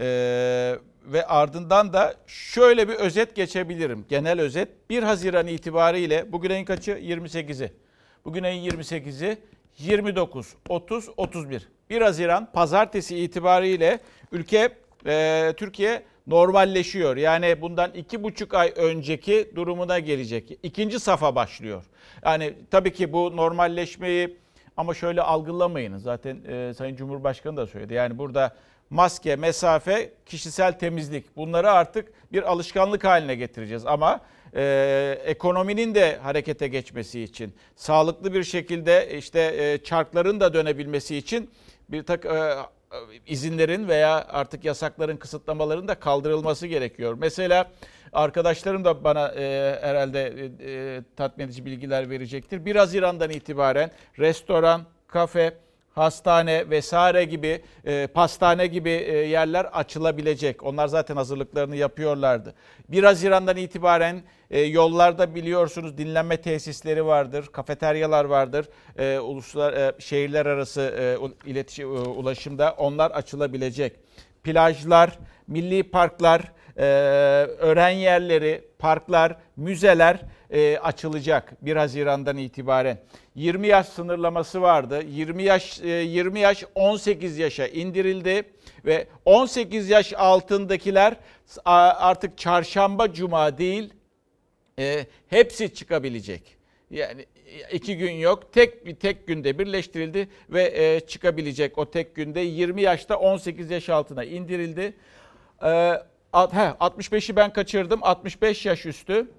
Speaker 1: Ee, ve ardından da şöyle bir özet geçebilirim. Genel özet. bir Haziran itibariyle bugün ayın kaçı? yirmi sekizi. Bugün ayın yirmi sekizi, yirmi dokuz, otuz, otuz bir. bir Haziran pazartesi itibariyle ülke, e, Türkiye normalleşiyor. Yani bundan iki buçuk ay önceki durumuna gelecek. İkinci safa başlıyor. Yani tabii ki bu normalleşmeyi ama şöyle algılamayın. Zaten e, Sayın Cumhurbaşkanı da söyledi. Yani burada maske, mesafe, kişisel temizlik bunları artık bir alışkanlık haline getireceğiz. Ama e, ekonominin de harekete geçmesi için, sağlıklı bir şekilde işte e, çarkların da dönebilmesi için bir tak e, izinlerin veya artık yasakların, kısıtlamaların da kaldırılması gerekiyor. Mesela arkadaşlarım da bana e, herhalde e, tatmin edici bilgiler verecektir. bir Haziran'dan itibaren restoran, kafe, hastane vesaire gibi, e, pastane gibi e, yerler açılabilecek. Onlar zaten hazırlıklarını yapıyorlardı. bir Haziran'dan itibaren e, yollarda biliyorsunuz dinlenme tesisleri vardır, kafeteryalar vardır. E, uluslar e, şehirler arası e, iletişim e, ulaşımda onlar açılabilecek. Plajlar, milli parklar, e, öğren yerleri, parklar, müzeler e, açılacak bir Haziran'dan itibaren. yirmi yaş sınırlaması vardı. yirmi yaş yirmi yaş on sekiz yaşa indirildi ve on sekiz yaş altındakiler artık çarşamba, cuma değil, e, hepsi çıkabilecek. Yani iki gün yok, tek bir tek günde birleştirildi ve e, çıkabilecek o tek günde. yirmi yaşta on sekiz yaş altına indirildi. E, altmış beşi ben kaçırdım. altmış beş yaş üstü.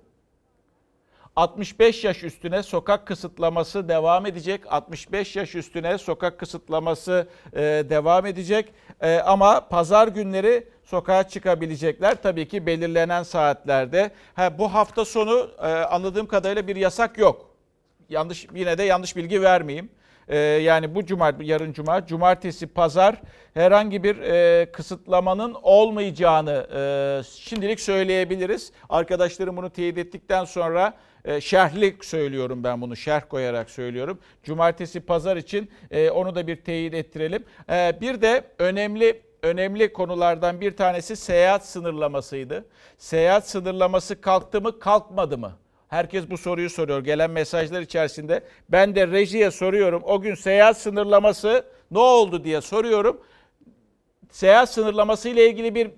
Speaker 1: altmış beş yaş üstüne sokak kısıtlaması devam edecek. altmış beş yaş üstüne sokak kısıtlaması e, devam edecek. E, ama pazar günleri sokağa çıkabilecekler. Tabii ki belirlenen saatlerde. Ha, bu hafta sonu e, anladığım kadarıyla bir yasak yok. Yanlış, yine de yanlış bilgi vermeyeyim. Ee, yani bu cuma, yarın cuma, cumartesi, pazar herhangi bir e, kısıtlamanın olmayacağını e, şimdilik söyleyebiliriz. Arkadaşlarım bunu teyit ettikten sonra e, şerhli söylüyorum, ben bunu şerh koyarak söylüyorum. Cumartesi, pazar için e, onu da bir teyit ettirelim. E, bir de önemli önemli konulardan bir tanesi seyahat sınırlamasıydı. Seyahat sınırlaması kalktı mı, kalkmadı mı? Herkes bu soruyu soruyor gelen mesajlar içerisinde. Ben de rejiye soruyorum. O gün seyahat sınırlaması ne oldu diye soruyorum. Seyahat sınırlaması ile ilgili bir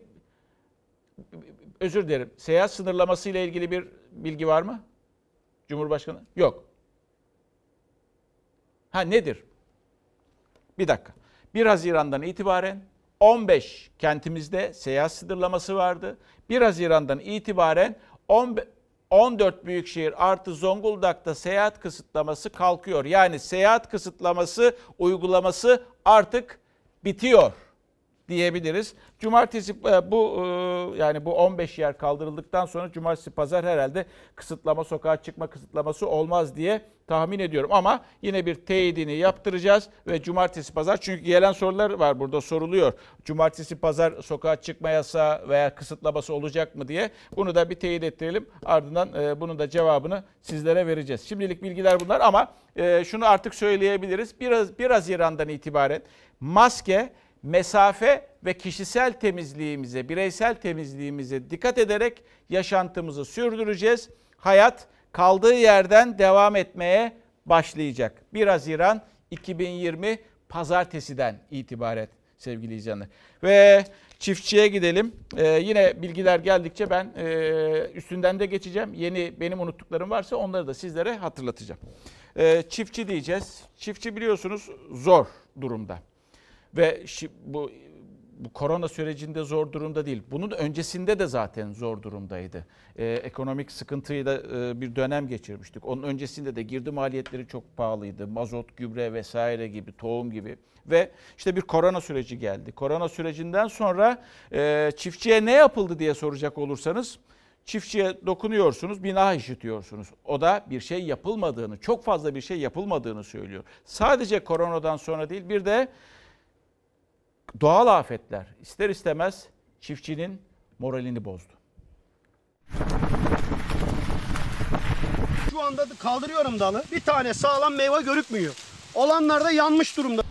Speaker 1: özür dilerim. Seyahat sınırlaması ile ilgili bir bilgi var mı? Cumhurbaşkanı? Yok. Ha nedir? Bir dakika. bir Haziran'dan itibaren on beş kentimizde seyahat sınırlaması vardı. bir Haziran'dan itibaren on dört büyükşehir artı Zonguldak'ta seyahat kısıtlaması kalkıyor. Yani seyahat kısıtlaması uygulaması artık bitiyor diyebiliriz. Cumartesi bu yani bu on beş yer kaldırıldıktan sonra cumartesi pazar herhalde kısıtlama, sokağa çıkma kısıtlaması olmaz diye tahmin ediyorum. Ama yine bir teyidini yaptıracağız ve cumartesi pazar, çünkü gelen sorular var burada, soruluyor. Cumartesi pazar sokağa çıkma yasağı veya kısıtlaması olacak mı diye. Bunu da bir teyit ettirelim. Ardından e, bunun da cevabını sizlere vereceğiz. Şimdilik bilgiler bunlar ama e, şunu artık söyleyebiliriz. Biraz bir Haziran'dan itibaren maske, mesafe ve kişisel temizliğimize, bireysel temizliğimize dikkat ederek yaşantımızı sürdüreceğiz. Hayat kaldığı yerden devam etmeye başlayacak. bir Haziran iki bin yirmi pazartesiden itibaren sevgili izleyenler. Ve çiftçiye gidelim. Ee, yine bilgiler geldikçe ben e, üstünden de geçeceğim. Yeni benim unuttuklarım varsa onları da sizlere hatırlatacağım. Ee, çiftçi diyeceğiz. Çiftçi biliyorsunuz zor durumda. Ve bu bu korona sürecinde zor durumda değil. Bunun öncesinde de zaten zor durumdaydı. Ee, ekonomik sıkıntıyı da e, bir dönem geçirmiştik. Onun öncesinde de girdi maliyetleri çok pahalıydı. Mazot, gübre vesaire gibi, tohum gibi. Ve işte bir korona süreci geldi. Korona sürecinden sonra e, çiftçiye ne yapıldı diye soracak olursanız, çiftçiye dokunuyorsunuz, bir nah işitiyorsunuz. O da bir şey yapılmadığını, çok fazla bir şey yapılmadığını söylüyor. Sadece koronadan sonra değil, bir de doğal afetler ister istemez çiftçinin moralini bozdu.
Speaker 5: Şu anda kaldırıyorum dalı. Bir tane sağlam meyve görükmüyor. Olanlar da yanmış durumda.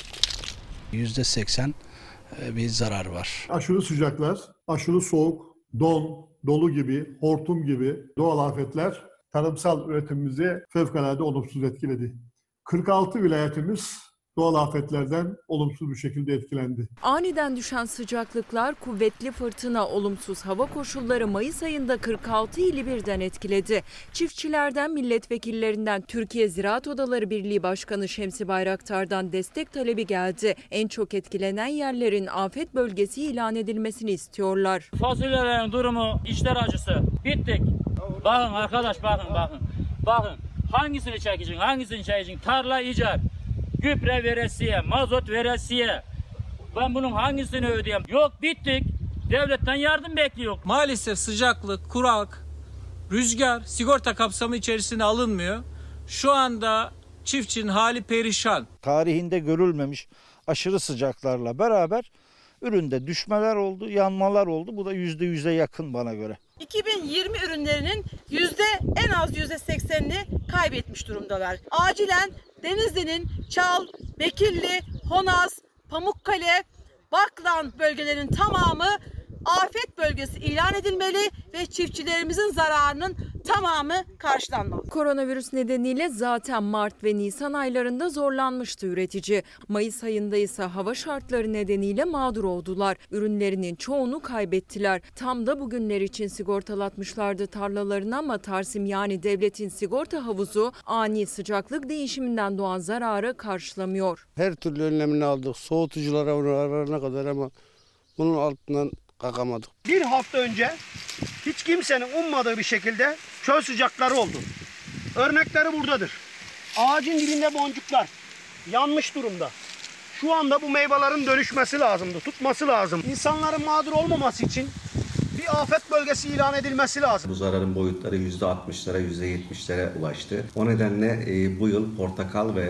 Speaker 7: yüzde seksen bir zarar var.
Speaker 2: Aşırı sıcaklar, aşırı soğuk, don, dolu gibi, hortum gibi doğal afetler tarımsal üretimimizi fevkalade olumsuz etkiledi. kırk altı vilayetimiz doğal afetlerden olumsuz bir şekilde etkilendi.
Speaker 9: Aniden düşen sıcaklıklar, kuvvetli fırtına, olumsuz hava koşulları Mayıs ayında kırk altı ili birden etkiledi. Çiftçilerden, milletvekillerinden, Türkiye Ziraat Odaları Birliği Başkanı Şemsi Bayraktar'dan destek talebi geldi. En çok etkilenen yerlerin afet bölgesi ilan edilmesini istiyorlar.
Speaker 24: Fasulyelerin durumu içler acısı. Bittik. Bakın arkadaş, bakın bakın. Bakın hangisini çekeceksin, hangisini çekeceksin? Tarla icar. Gübre veresiye, mazot veresiye. Ben bunun hangisini ödeyeyim? Yok, bittik. Devletten yardım bekliyor.
Speaker 25: Maalesef sıcaklık, kurak, rüzgar sigorta kapsamı içerisine alınmıyor. Şu anda çiftçinin hali perişan.
Speaker 26: Tarihinde görülmemiş aşırı sıcaklarla beraber üründe düşmeler oldu, yanmalar oldu. Bu da yüzde yüze yakın bana göre.
Speaker 27: iki bin yirmi ürünlerinin yüzde en az yüzde seksenini kaybetmiş durumdalar. Acilen Denizli'nin Çal, Bekirli, Honaz, Pamukkale, Baklan bölgelerinin tamamı afet bölgesi ilan edilmeli ve çiftçilerimizin zararının tamamı karşılanmalı.
Speaker 9: Koronavirüs nedeniyle zaten Mart ve Nisan aylarında zorlanmıştı üretici. Mayıs ayında ise hava şartları nedeniyle mağdur oldular. Ürünlerinin çoğunu kaybettiler. Tam da bugünler için sigortalatmışlardı tarlalarını ama Tarsim, yani devletin sigorta havuzu, ani sıcaklık değişiminden doğan zararı karşılamıyor.
Speaker 28: Her türlü önlemini aldık. Soğutuculara varana kadar ama bunun altından kalkamadık.
Speaker 5: Bir hafta önce hiç kimsenin ummadığı bir şekilde çöl sıcakları oldu. Örnekleri buradadır. Ağacın dibinde boncuklar yanmış durumda. Şu anda bu meyvelerin dönüşmesi lazımdı, tutması lazım. İnsanların mağdur olmaması için bir afet bölgesi ilan edilmesi lazım.
Speaker 29: Bu zararın boyutları yüzde altmışlara, yüzde yetmişlere ulaştı. O nedenle e, bu yıl portakal ve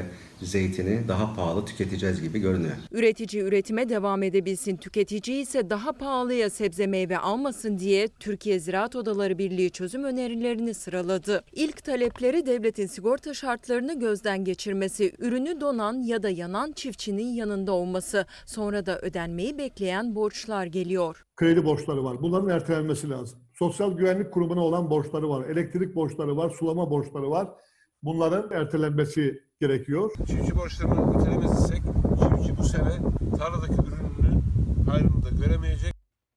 Speaker 3: zeytini daha pahalı tüketeceğiz gibi görünüyor.
Speaker 9: Üretici üretime devam edebilsin, tüketici ise daha pahalıya sebze meyve almasın diye Türkiye Ziraat Odaları Birliği çözüm önerilerini sıraladı. İlk talepleri devletin sigorta şartlarını gözden geçirmesi, ürünü donan ya da yanan çiftçinin yanında olması, sonra da ödenmeyi bekleyen borçlar geliyor.
Speaker 8: Kredi borçları var. Bunların ertelenmesi lazım. Sosyal Güvenlik Kurumu'na olan borçları var. Elektrik borçları var, sulama borçları var. Bunların ertelenmesi gerekiyor.
Speaker 10: Çiftçi borçlarını ötelemezsek çiftçi bu sene tarladaki ürününün hayrını da göremeyecek.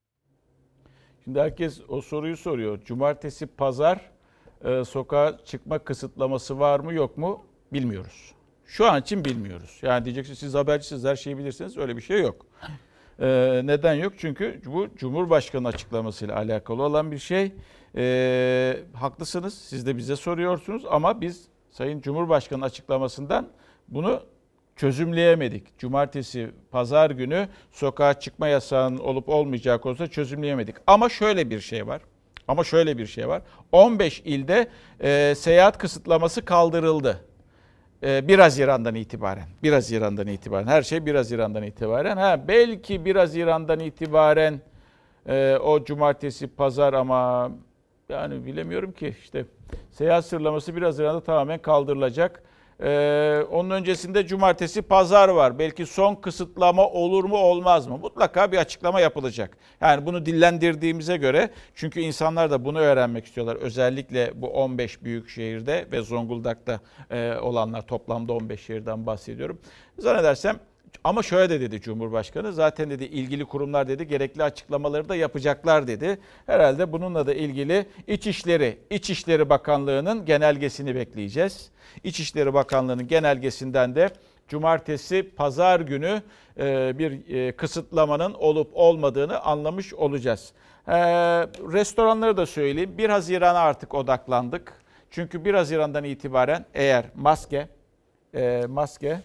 Speaker 1: Şimdi herkes o soruyu soruyor. Cumartesi, pazar e, sokağa çıkma kısıtlaması var mı yok mu bilmiyoruz. Şu an için bilmiyoruz. Yani diyeceksiniz siz habercisiniz, her şeyi bilirsiniz. Öyle bir şey yok. Ee, neden yok? Çünkü bu Cumhurbaşkanı açıklamasıyla alakalı olan bir şey. Ee, haklısınız. Siz de bize soruyorsunuz ama biz Sayın Cumhurbaşkanı açıklamasından bunu çözümleyemedik. Cumartesi, pazar günü sokağa çıkma yasağının olup olmayacağı konusunda çözümleyemedik. Ama şöyle bir şey var. Ama şöyle bir şey var. on beş ilde e, seyahat kısıtlaması kaldırıldı. bir Haziran'dan itibaren, bir Haziran'dan itibaren, her şey bir Haziran'dan itibaren. Ha, belki bir Haziran'dan itibaren e, o cumartesi, pazar ama yani bilemiyorum ki işte seyahat sınırlaması bir Haziran'da tamamen kaldırılacak. Ee, onun öncesinde cumartesi, pazar var. Belki son kısıtlama olur mu olmaz mı? Mutlaka bir açıklama yapılacak. Yani bunu dillendirdiğimize göre, çünkü insanlar da bunu öğrenmek istiyorlar. Özellikle bu on beş büyük şehirde ve Zonguldak'ta e, olanlar, toplamda on beş şehirden bahsediyorum. Zannedersem ama şöyle de dedi Cumhurbaşkanı, zaten dedi ilgili kurumlar dedi gerekli açıklamaları da yapacaklar dedi. Herhalde bununla da ilgili İçişleri, İçişleri Bakanlığı'nın genelgesini bekleyeceğiz. İçişleri Bakanlığı'nın genelgesinden de cumartesi, pazar günü bir kısıtlamanın olup olmadığını anlamış olacağız. Restoranları da söyleyeyim. bir Haziran'a artık odaklandık. Çünkü bir Haziran'dan itibaren eğer maske, maske,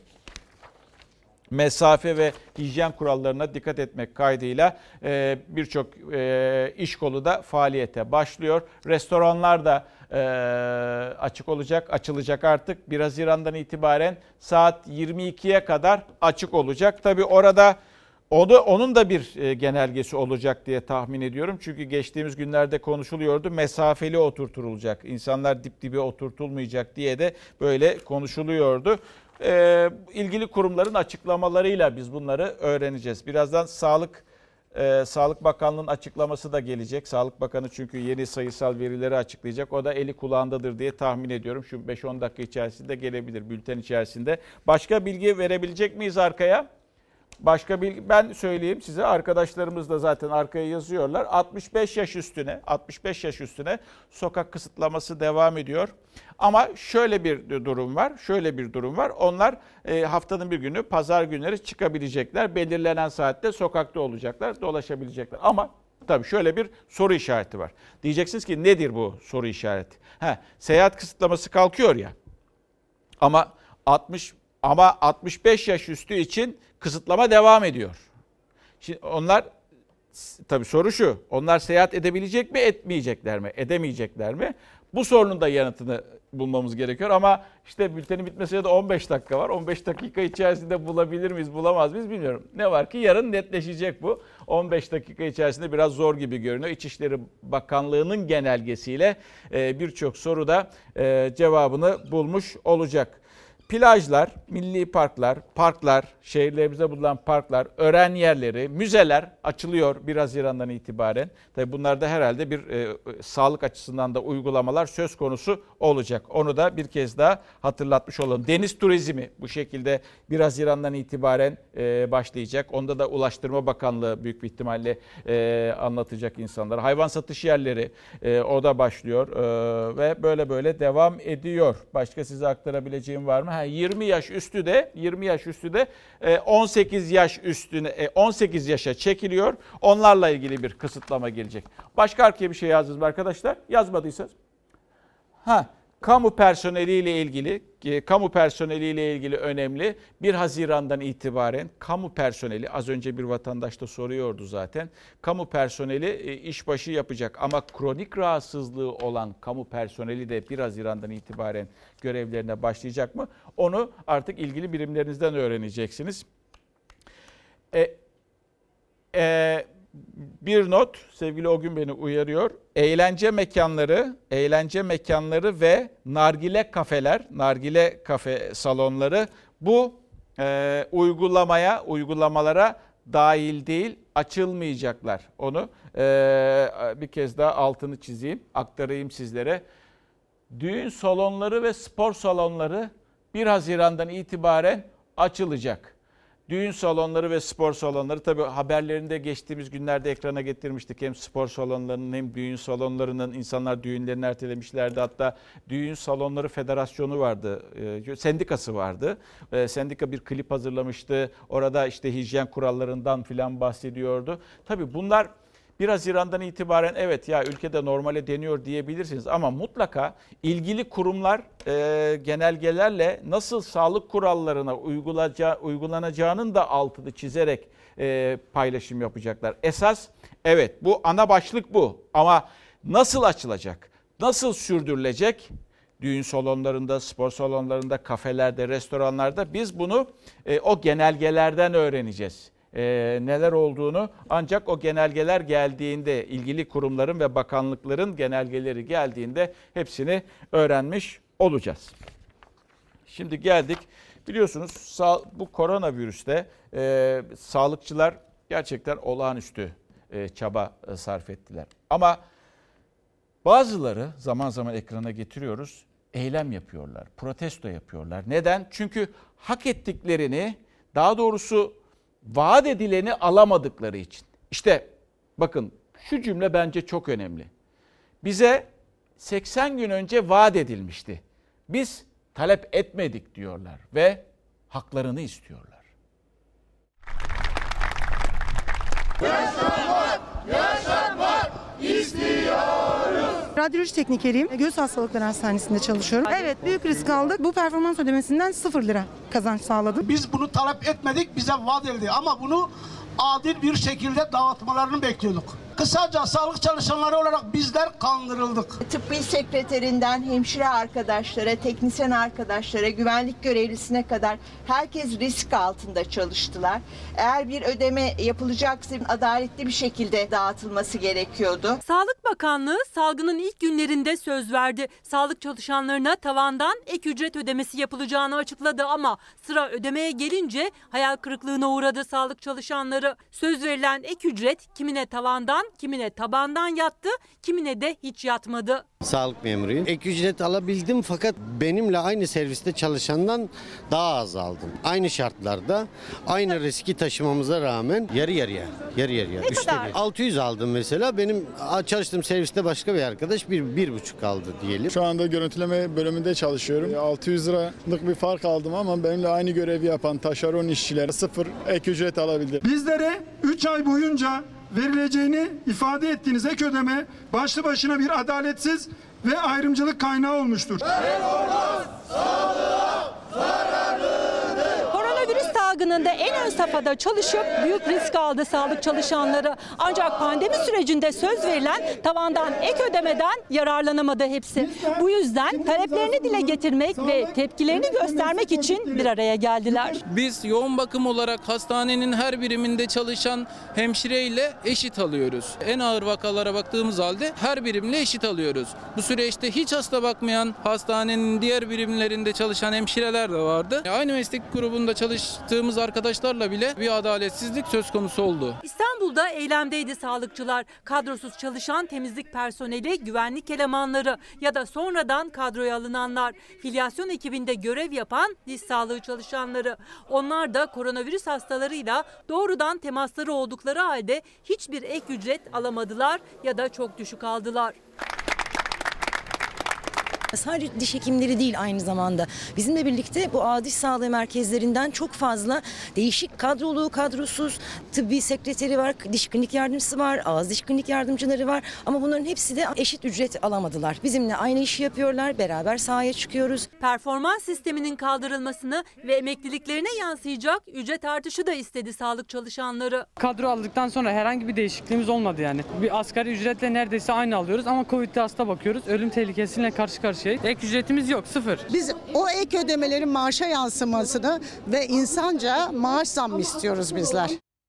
Speaker 1: mesafe ve hijyen kurallarına dikkat etmek kaydıyla e, birçok e, iş kolu da faaliyete başlıyor. Restoranlar da e, açık olacak, açılacak artık. bir Haziran'dan itibaren saat yirmi ikiye kadar açık olacak. Tabii orada o da, onun da bir e, genelgesi olacak diye tahmin ediyorum. Çünkü geçtiğimiz günlerde konuşuluyordu. Mesafeli oturtulacak, İnsanlar dip dibe oturtulmayacak diye de böyle konuşuluyordu. Ee, ilgili kurumların açıklamalarıyla biz bunları öğreneceğiz. Birazdan Sağlık e, Sağlık Bakanlığı'nın açıklaması da gelecek. Sağlık Bakanı çünkü yeni sayısal verileri açıklayacak. O da eli kulağındadır diye tahmin ediyorum. Şu beş on dakika içerisinde gelebilir, bülten içerisinde. Başka bilgi verebilecek miyiz arkaya? Başka bilgi ben söyleyeyim size, arkadaşlarımız da zaten arkaya yazıyorlar. altmış beş yaş üstüne, altmış beş yaş üstüne sokak kısıtlaması devam ediyor. Ama şöyle bir durum var, şöyle bir durum var. Onlar e, haftanın bir günü, pazar günleri çıkabilecekler. Belirlenen saatte sokakta olacaklar, dolaşabilecekler. Ama tabii şöyle bir soru işareti var. Diyeceksiniz ki nedir bu soru işareti? He, seyahat kısıtlaması kalkıyor ya. Ama altmış ama altmış beş yaş üstü için kısıtlama devam ediyor. Şimdi onlar, tabii soru şu, onlar seyahat edebilecek mi, etmeyecekler mi, edemeyecekler mi? Bu sorunun da yanıtını bulmamız gerekiyor ama işte bültenin bitmesine de on beş dakika var. on beş dakika içerisinde bulabilir miyiz, bulamaz mıyız bilmiyorum. Ne var ki yarın netleşecek bu. on beş dakika içerisinde biraz zor gibi görünüyor. İçişleri Bakanlığı'nın genelgesiyle birçok soruda cevabını bulmuş olacak. Plajlar, milli parklar, parklar, şehirlerimizde bulunan parklar, öğren yerleri, müzeler açılıyor bir Haziran'dan itibaren. Tabii bunlarda herhalde bir e, sağlık açısından da uygulamalar söz konusu olacak. Onu da bir kez daha hatırlatmış olalım. Deniz turizmi bu şekilde bir Haziran'dan itibaren e, başlayacak. Onda da Ulaştırma Bakanlığı büyük bir ihtimalle e, anlatacak insanlara. Hayvan satış yerleri e, o da başlıyor e, ve böyle böyle devam ediyor. Başka size aktarabileceğim var mı? yirmi yaş üstü de yirmi yaş üstü de on sekiz yaş üstüne on sekiz yaşa çekiliyor. Onlarla ilgili bir kısıtlama gelecek. Başka arkaya bir şey yazdınız mı arkadaşlar? Yazmadıysanız. Ha, kamu personeliyle ilgili, kamu personeliyle ilgili önemli. bir Haziran'dan itibaren kamu personeli, az önce bir vatandaş da soruyordu zaten. Kamu personeli işbaşı yapacak ama kronik rahatsızlığı olan kamu personeli de bir Haziran'dan itibaren görevlerine başlayacak mı? Onu artık ilgili birimlerinizden öğreneceksiniz. E, e, bir not, sevgili o gün beni uyarıyor. Eğlence mekanları, eğlence mekanları ve nargile kafeler, nargile kafe salonları bu e, uygulamaya, uygulamalara dahil değil, açılmayacaklar. Onu e, bir kez daha altını çizeyim, aktarayım sizlere. Düğün salonları ve spor salonları bir Haziran'dan itibaren açılacak. Düğün salonları ve spor salonları, tabii haberlerinde geçtiğimiz günlerde ekrana getirmiştik. Hem spor salonlarının hem düğün salonlarının, insanlar düğünlerini ertelemişlerdi. Hatta Düğün Salonları Federasyonu vardı, e, sendikası vardı. E, sendika bir klip hazırlamıştı. Orada işte hijyen kurallarından filan bahsediyordu. Tabii bunlar bir Haziran'dan itibaren evet ya ülkede normale deniyor diyebilirsiniz ama mutlaka ilgili kurumlar e, genelgelerle nasıl sağlık kurallarına uygulanacağının da altını çizerek e, paylaşım yapacaklar. Esas evet bu ana başlık bu ama nasıl açılacak, nasıl sürdürülecek? Düğün salonlarında, spor salonlarında, kafelerde, restoranlarda biz bunu e, o genelgelerden öğreneceğiz. Ee, neler olduğunu ancak o genelgeler geldiğinde, ilgili kurumların ve bakanlıkların genelgeleri geldiğinde hepsini öğrenmiş olacağız. Şimdi geldik, biliyorsunuz sağ, bu koronavirüste e, sağlıkçılar gerçekten olağanüstü e, çaba e, sarf ettiler. Ama bazıları zaman zaman ekrana getiriyoruz, eylem yapıyorlar, protesto yapıyorlar. Neden? Çünkü hak ettiklerini, daha doğrusu vaat edileni alamadıkları için. İşte bakın şu cümle bence çok önemli. Bize seksen gün önce vaat edilmişti. Biz talep etmedik diyorlar ve haklarını istiyorlar.
Speaker 11: Yaşamak, yaşamak istiyoruz. Radyoloji teknikeriyim. Göğüs Hastalıkları Hastanesi'nde çalışıyorum. Evet, büyük risk aldık. Bu performans ödemesinden sıfır lira kazanç sağladım.
Speaker 13: Biz bunu talep etmedik, bize vaat edildi ama bunu adil bir şekilde dağıtmalarını bekliyorduk. Kısaca sağlık çalışanları olarak bizler kandırıldık.
Speaker 14: Tıbbi sekreterinden hemşire arkadaşlara, teknisyen arkadaşlara, güvenlik görevlisine kadar herkes risk altında çalıştılar. Eğer bir ödeme yapılacaksa adaletli bir şekilde dağıtılması gerekiyordu.
Speaker 15: Sağlık Bakanlığı salgının ilk günlerinde söz verdi. Sağlık çalışanlarına tavandan ek ücret ödemesi yapılacağını açıkladı ama sıra ödemeye gelince hayal kırıklığına uğradı sağlık çalışanları. Söz verilen ek ücret kimine tavandan, kimine tabandan yattı, kimine de hiç yatmadı.
Speaker 17: Sağlık memuruyum. Ek ücret alabildim fakat benimle aynı serviste çalışandan daha az aldım. Aynı şartlarda, aynı riski taşımamıza rağmen yarı yarıya, yarı yarıya.
Speaker 15: Ne kadar?
Speaker 17: altı yüz aldım mesela. Benim çalıştığım serviste başka bir arkadaş bir, bir buçuk aldı diyelim.
Speaker 19: Şu anda görüntüleme bölümünde çalışıyorum. altı yüz liralık bir fark aldım ama benimle aynı görevi yapan taşeron işçiler sıfır ek ücret alabildi.
Speaker 20: Bizlere üç ay boyunca verileceğini ifade ettiğiniz ek ödeme başlı başına bir adaletsiz ve ayrımcılık kaynağı olmuştur.
Speaker 15: Koronavirüs salgınında en ön safhada çalışıp büyük risk aldı sağlık çalışanları. Ancak pandemi sürecinde söz verilen tavandan ek ödemeden yararlanamadı hepsi. Bu yüzden taleplerini dile getirmek ve tepkilerini göstermek için bir araya geldiler.
Speaker 25: Biz yoğun bakım olarak hastanenin her biriminde çalışan hemşireyle eşit alıyoruz. En ağır vakalara baktığımız halde her birimle eşit alıyoruz. Bu süreçte hiç hasta bakmayan hastanenin diğer birimlerinde çalışan hemşireler de vardı. Aynı meslek grubunda çalıştığımız arkadaşlarla bile bir adaletsizlik söz konusu oldu.
Speaker 15: İstanbul'da eylemdeydi sağlıkçılar. Kadrosuz çalışan temizlik personeli, güvenlik elemanları ya da sonradan kadroya alınanlar. Filyasyon ekibinde görev yapan diş sağlığı çalışanları. Onlar da koronavirüs hastalarıyla doğrudan temasları oldukları halde hiçbir ek ücret alamadılar ya da çok düşük aldılar.
Speaker 4: Sadece diş hekimleri değil aynı zamanda. Bizimle birlikte bu ağız diş sağlığı merkezlerinden çok fazla değişik kadrolu, kadrosuz tıbbi sekreteri var, diş klinik yardımcısı var, ağız diş klinik yardımcıları var. Ama bunların hepsi de eşit ücret alamadılar. Bizimle aynı işi yapıyorlar, beraber sahaya çıkıyoruz.
Speaker 15: Performans sisteminin kaldırılmasını ve emekliliklerine yansıyacak ücret artışı da istedi sağlık çalışanları.
Speaker 6: Kadro aldıktan sonra herhangi bir değişikliğimiz olmadı yani. Bir asgari ücretle neredeyse aynı alıyoruz ama Covid'de hasta bakıyoruz. Ölüm tehlikesiyle karşı karşıyayız. Ek ücretimiz yok, sıfır.
Speaker 12: Biz o ek ödemelerin maaşa yansımasını ve insanca maaş zammı istiyoruz bizler.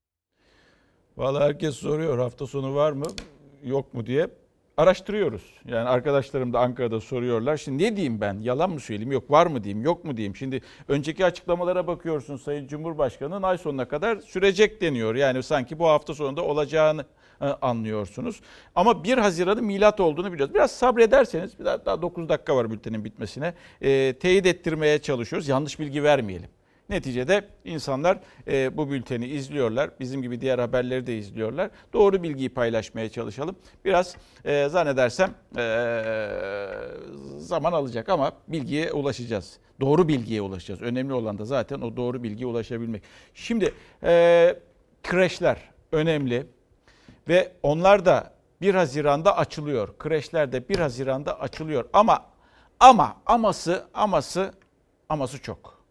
Speaker 1: Vallahi herkes soruyor hafta sonu var mı yok mu diye. Araştırıyoruz. Yani arkadaşlarım da Ankara'da soruyorlar. Şimdi ne diyeyim ben? Yalan mı söyleyeyim? Yok var mı diyeyim? Yok mu diyeyim? Şimdi önceki açıklamalara bakıyorsun Sayın Cumhurbaşkanı'nın ay sonuna kadar sürecek deniyor. Yani sanki bu hafta sonunda olacağını anlıyorsunuz. Ama bir Haziran'ın milat olduğunu biliyoruz. Biraz sabrederseniz, bir daha, daha dokuz dakika var bültenin bitmesine. E, teyit ettirmeye çalışıyoruz. Yanlış bilgi vermeyelim. Neticede insanlar e, bu bülteni izliyorlar. Bizim gibi diğer haberleri de izliyorlar. Doğru bilgiyi paylaşmaya çalışalım. Biraz e, zannedersem e, zaman alacak ama bilgiye ulaşacağız. Doğru bilgiye ulaşacağız. Önemli olan da zaten o doğru bilgiye ulaşabilmek. Şimdi e, kreşler önemli ve onlar da bir Haziran'da açılıyor. Kreşler de bir Haziran'da açılıyor. Ama ama aması aması aması çok.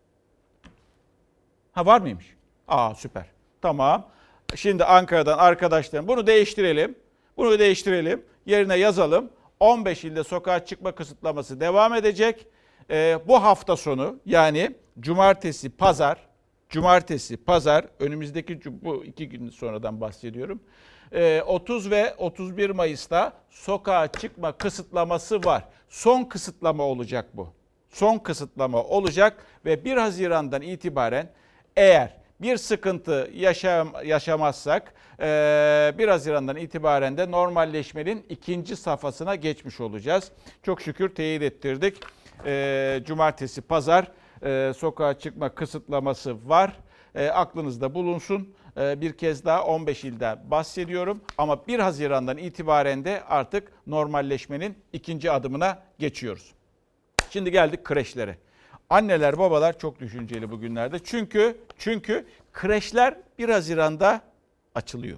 Speaker 1: Ha var mıymış? Aa süper. Tamam. Şimdi Ankara'dan arkadaşlarım bunu değiştirelim. Bunu değiştirelim. Yerine yazalım. on beş ilde sokağa çıkma kısıtlaması devam edecek. Ee, bu hafta sonu yani cumartesi, pazar, cumartesi, pazar önümüzdeki bu iki gün sonradan bahsediyorum. Ee, otuz ve otuz bir Mayıs'ta sokağa çıkma kısıtlaması var. Son kısıtlama olacak bu. Son kısıtlama olacak ve bir Haziran'dan itibaren eğer bir sıkıntı yaşam, yaşamazsak bir Haziran'dan itibaren de normalleşmenin ikinci safhasına geçmiş olacağız. Çok şükür teyit ettirdik. Cumartesi, pazar sokağa çıkma kısıtlaması var. Aklınızda bulunsun. Bir kez daha on beş ilden bahsediyorum. Ama bir Haziran'dan itibaren de artık normalleşmenin ikinci adımına geçiyoruz. Şimdi geldik kreşlere. Anneler, babalar çok düşünceli bugünlerde. Çünkü çünkü kreşler bir Haziran'da açılıyor.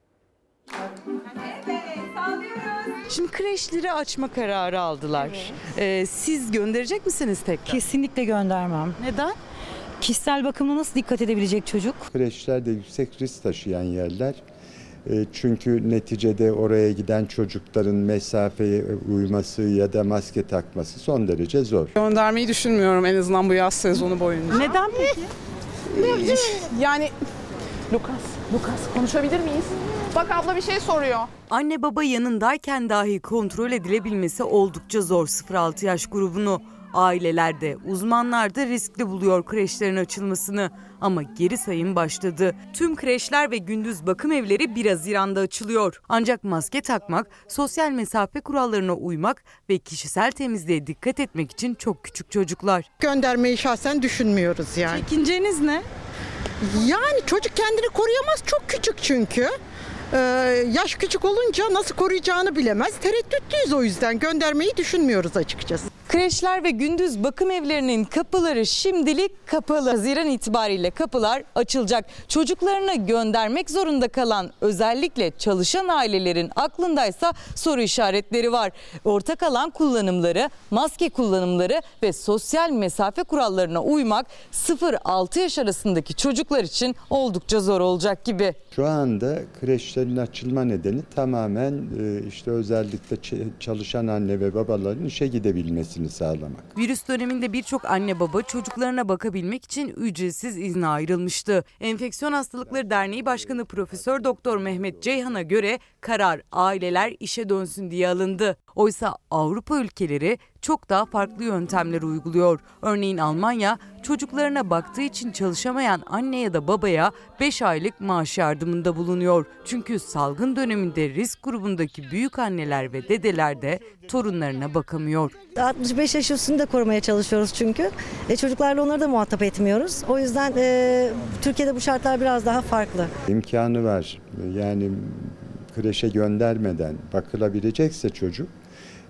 Speaker 16: Şimdi kreşleri açma kararı aldılar. Evet. Ee, siz gönderecek misiniz tekrar?
Speaker 18: Kesinlikle göndermem.
Speaker 16: Neden?
Speaker 18: Kişisel bakımına nasıl dikkat edebilecek çocuk?
Speaker 21: Kreşler de yüksek risk taşıyan yerler. Çünkü neticede oraya giden çocukların mesafeye uyması ya da maske takması son derece zor.
Speaker 22: Göndermeyi düşünmüyorum en azından bu yaz sezonu boyunca.
Speaker 16: Neden peki?
Speaker 22: Yani Lukas, Lukas konuşabilir miyiz? Bak abla bir şey soruyor.
Speaker 16: Anne baba yanındayken dahi kontrol edilebilmesi oldukça zor sıfır altı yaş grubunu. Aileler de, uzmanlar da riskli buluyor kreşlerin açılmasını. Ama geri sayım başladı. Tüm kreşler ve gündüz bakım evleri bir Haziran'da açılıyor. Ancak maske takmak, sosyal mesafe kurallarına uymak ve kişisel temizliğe dikkat etmek için çok küçük çocuklar.
Speaker 12: Göndermeyi şahsen düşünmüyoruz yani.
Speaker 16: Çekinceniz ne?
Speaker 12: Yani çocuk kendini koruyamaz, çok küçük çünkü. Ee, yaş küçük olunca nasıl koruyacağını bilemez. Tereddütlüyüz, o yüzden göndermeyi düşünmüyoruz açıkçası.
Speaker 16: Kreşler ve gündüz bakım evlerinin kapıları şimdilik kapalı. Haziran itibariyle kapılar açılacak. Çocuklarını göndermek zorunda kalan özellikle çalışan ailelerin aklındaysa soru işaretleri var. Ortak alan kullanımları, maske kullanımları ve sosyal mesafe kurallarına uymak sıfır altı yaş arasındaki çocuklar için oldukça zor olacak gibi.
Speaker 21: Şu anda kreşlerin açılma nedeni tamamen işte özellikle çalışan anne ve babaların işe gidebilmesi sağlamak.
Speaker 16: Virüs döneminde birçok anne baba çocuklarına bakabilmek için ücretsiz izne ayrılmıştı. Enfeksiyon Hastalıkları Derneği Başkanı Profesör Doktor Mehmet Ceyhan'a göre karar aileler işe dönsün diye alındı. Oysa Avrupa ülkeleri çok daha farklı yöntemler uyguluyor. Örneğin Almanya çocuklarına baktığı için çalışamayan anne ya da babaya beş aylık maaş yardımında bulunuyor. Çünkü salgın döneminde risk grubundaki büyük anneler ve dedeler de torunlarına bakamıyor.
Speaker 18: altmış beş yaş üstünü de korumaya çalışıyoruz çünkü. E, çocuklarla onları da muhatap etmiyoruz. O yüzden e, Türkiye'de bu şartlar biraz daha farklı.
Speaker 21: İmkanı var. Yani kreşe göndermeden bakılabilecekse çocuk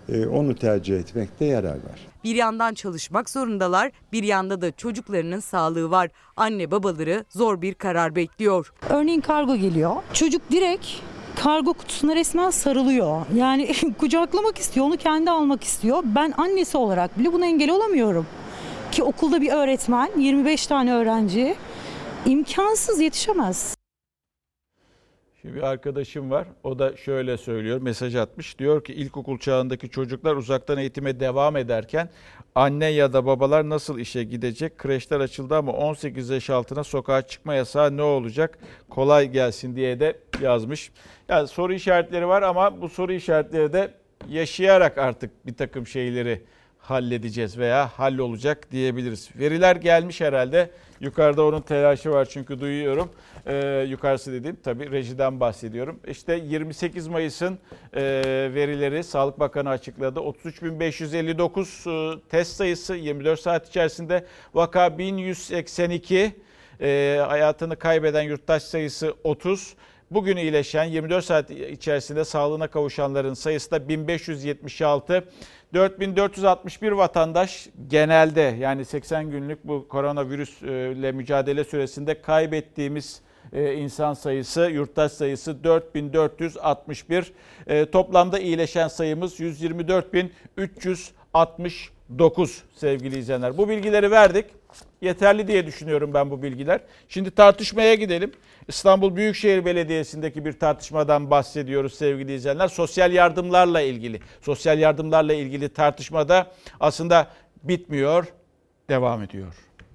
Speaker 21: Onu tercih etmekte yarar var.
Speaker 16: Bir yandan çalışmak zorundalar, bir yanda da çocuklarının sağlığı var. Anne babaları zor bir karar bekliyor.
Speaker 2: Örneğin kargo geliyor. Çocuk direkt kargo kutusuna resmen sarılıyor. Yani kucaklamak istiyor, onu kendi almak istiyor. Ben annesi olarak bile buna engel olamıyorum. Ki okulda bir öğretmen, yirmi beş tane öğrenci imkansız, yetişemez.
Speaker 1: Şimdi bir arkadaşım var. O da şöyle söylüyor, mesaj atmış. Diyor ki ilkokul çağındaki çocuklar uzaktan eğitime devam ederken anne ya da babalar nasıl işe gidecek? Kreşler açıldı ama on sekiz yaş altına sokağa çıkma yasağı ne olacak? Kolay gelsin diye de yazmış. Yani soru işaretleri var ama bu soru işaretleri de yaşayarak artık bir takım şeyleri halledeceğiz veya hallolacak diyebiliriz. Veriler gelmiş herhalde. Yukarıda onun telaşı var çünkü duyuyorum. Ee, yukarısı dediğim tabii rejiden bahsediyorum. İşte yirmi sekiz Mayıs'ın e, verileri Sağlık Bakanı açıkladı. otuz üç bin beş yüz elli dokuz e, test sayısı yirmi dört saat içerisinde, vaka bin yüz seksen iki, e, hayatını kaybeden yurttaş sayısı otuz. Bugün iyileşen yirmi dört saat içerisinde sağlığına kavuşanların sayısı da bin beş yüz yetmiş altı. dört bin dört yüz altmış bir vatandaş genelde, yani seksen günlük bu koronavirüsle mücadele süresinde kaybettiğimiz insan sayısı, yurttaş sayısı dört bin dört yüz altmış bir. Toplamda iyileşen sayımız yüz yirmi dört bin üç yüz altmış dokuz sevgili izleyenler. Bu bilgileri verdik. Yeterli diye düşünüyorum ben bu bilgiler. Şimdi tartışmaya gidelim. İstanbul Büyükşehir Belediyesi'ndeki bir tartışmadan bahsediyoruz sevgili izleyenler. Sosyal yardımlarla ilgili. Sosyal yardımlarla ilgili tartışmada aslında bitmiyor, devam ediyor.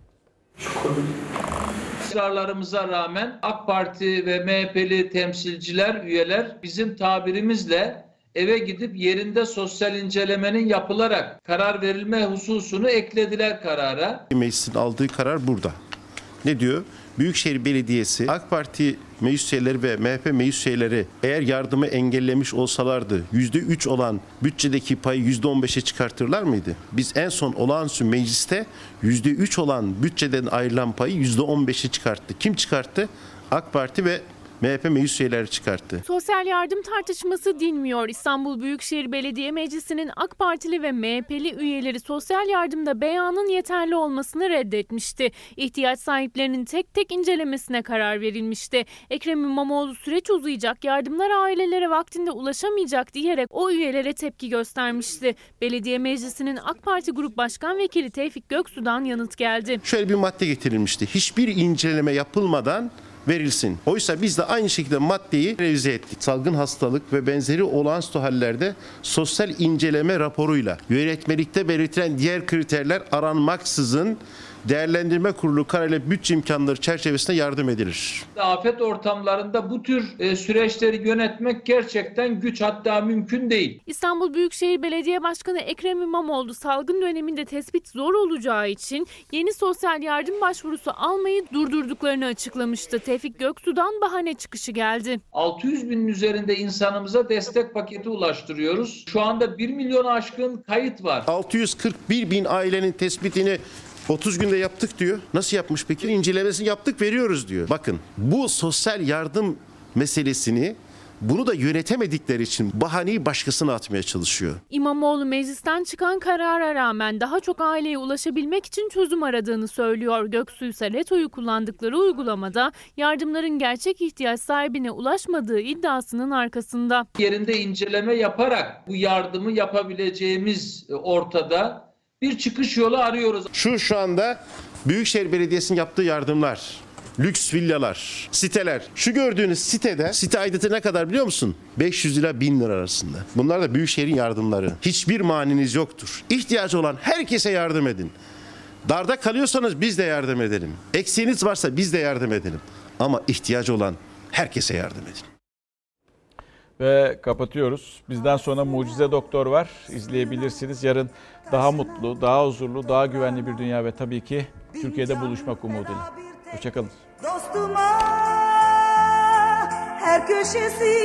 Speaker 5: ısrarlarımıza rağmen AK Parti ve M H P'li temsilciler, üyeler bizim tabirimizle eve gidip yerinde sosyal incelemenin yapılarak karar verilme hususunu eklediler karara.
Speaker 7: Meclisin aldığı karar burada. Ne diyor? Büyükşehir Belediyesi, AK Parti meclis üyeleri ve M H P meclis üyeleri eğer yardımı engellemiş olsalardı yüzde üç olan bütçedeki payı yüzde on beşe çıkartırlar mıydı? Biz en son olağanüstü mecliste yüzde üç olan bütçeden ayrılan payı yüzde on beşe çıkarttı. Kim çıkarttı? AK Parti ve M H P meclis üyeleri çıkarttı.
Speaker 23: Sosyal yardım tartışması dinmiyor. İstanbul Büyükşehir Belediye Meclisi'nin AK Partili ve M H P'li üyeleri sosyal yardımda beyanın yeterli olmasını reddetmişti. İhtiyaç sahiplerinin tek tek incelemesine karar verilmişti. Ekrem İmamoğlu süreç uzayacak, yardımlar ailelere vaktinde ulaşamayacak diyerek o üyelere tepki göstermişti. Belediye Meclisi'nin AK Parti Grup Başkan Vekili Tevfik Göksu'dan yanıt geldi.
Speaker 7: Şöyle bir madde getirilmişti. Hiçbir inceleme yapılmadan verilsin. Oysa biz de aynı şekilde maddeyi revize ettik. Salgın hastalık ve benzeri olağanüstü hallerde sosyal inceleme raporuyla yönetmelikte belirtilen diğer kriterler aranmaksızın Değerlendirme Kurulu kararıyla bütçe imkanları çerçevesinde yardım edilir.
Speaker 5: Afet ortamlarında bu tür e, süreçleri yönetmek gerçekten güç, hatta mümkün değil.
Speaker 23: İstanbul Büyükşehir Belediye Başkanı Ekrem İmamoğlu salgın döneminde tespit zor olacağı için yeni sosyal yardım başvurusu almayı durdurduklarını açıklamıştı. Tevfik Göksu'dan bahane çıkışı geldi.
Speaker 5: altı yüz binin üzerinde insanımıza destek paketi ulaştırıyoruz. Şu anda bir milyonu aşkın kayıt var.
Speaker 7: altı yüz kırk bir bin ailenin tespitini otuz günde yaptık diyor. Nasıl yapmış peki? İncelemesini yaptık, veriyoruz diyor. Bakın, bu sosyal yardım meselesini, bunu da yönetemedikleri için bahaneyi başkasına atmaya çalışıyor.
Speaker 23: İmamoğlu meclisten çıkan karara rağmen daha çok aileye ulaşabilmek için çözüm aradığını söylüyor. Göksu ise LETO'yu kullandıkları uygulamada yardımların gerçek ihtiyaç sahibine ulaşmadığı iddiasının arkasında.
Speaker 5: Yerinde inceleme yaparak bu yardımı yapabileceğimiz ortada. Bir çıkış yolu arıyoruz.
Speaker 7: Şu şu anda Büyükşehir Belediyesi'nin yaptığı yardımlar, lüks villalar, siteler. Şu gördüğünüz sitede site aidatı ne kadar biliyor musun? beş yüz lira bin lira arasında. Bunlar da Büyükşehir'in yardımları. Hiçbir maniniz yoktur. İhtiyacı olan herkese yardım edin. Darda kalıyorsanız biz de yardım edelim. Eksiğiniz varsa biz de yardım edelim. Ama ihtiyacı olan herkese yardım edin.
Speaker 1: Ve kapatıyoruz. Bizden sonra Mucize Doktor var. İzleyebilirsiniz. Yarın daha mutlu, daha huzurlu, daha güvenli bir dünya ve tabii ki Türkiye'de buluşmak umuduyla. Hoşçakalın.
Speaker 24: Dostuma her köşesi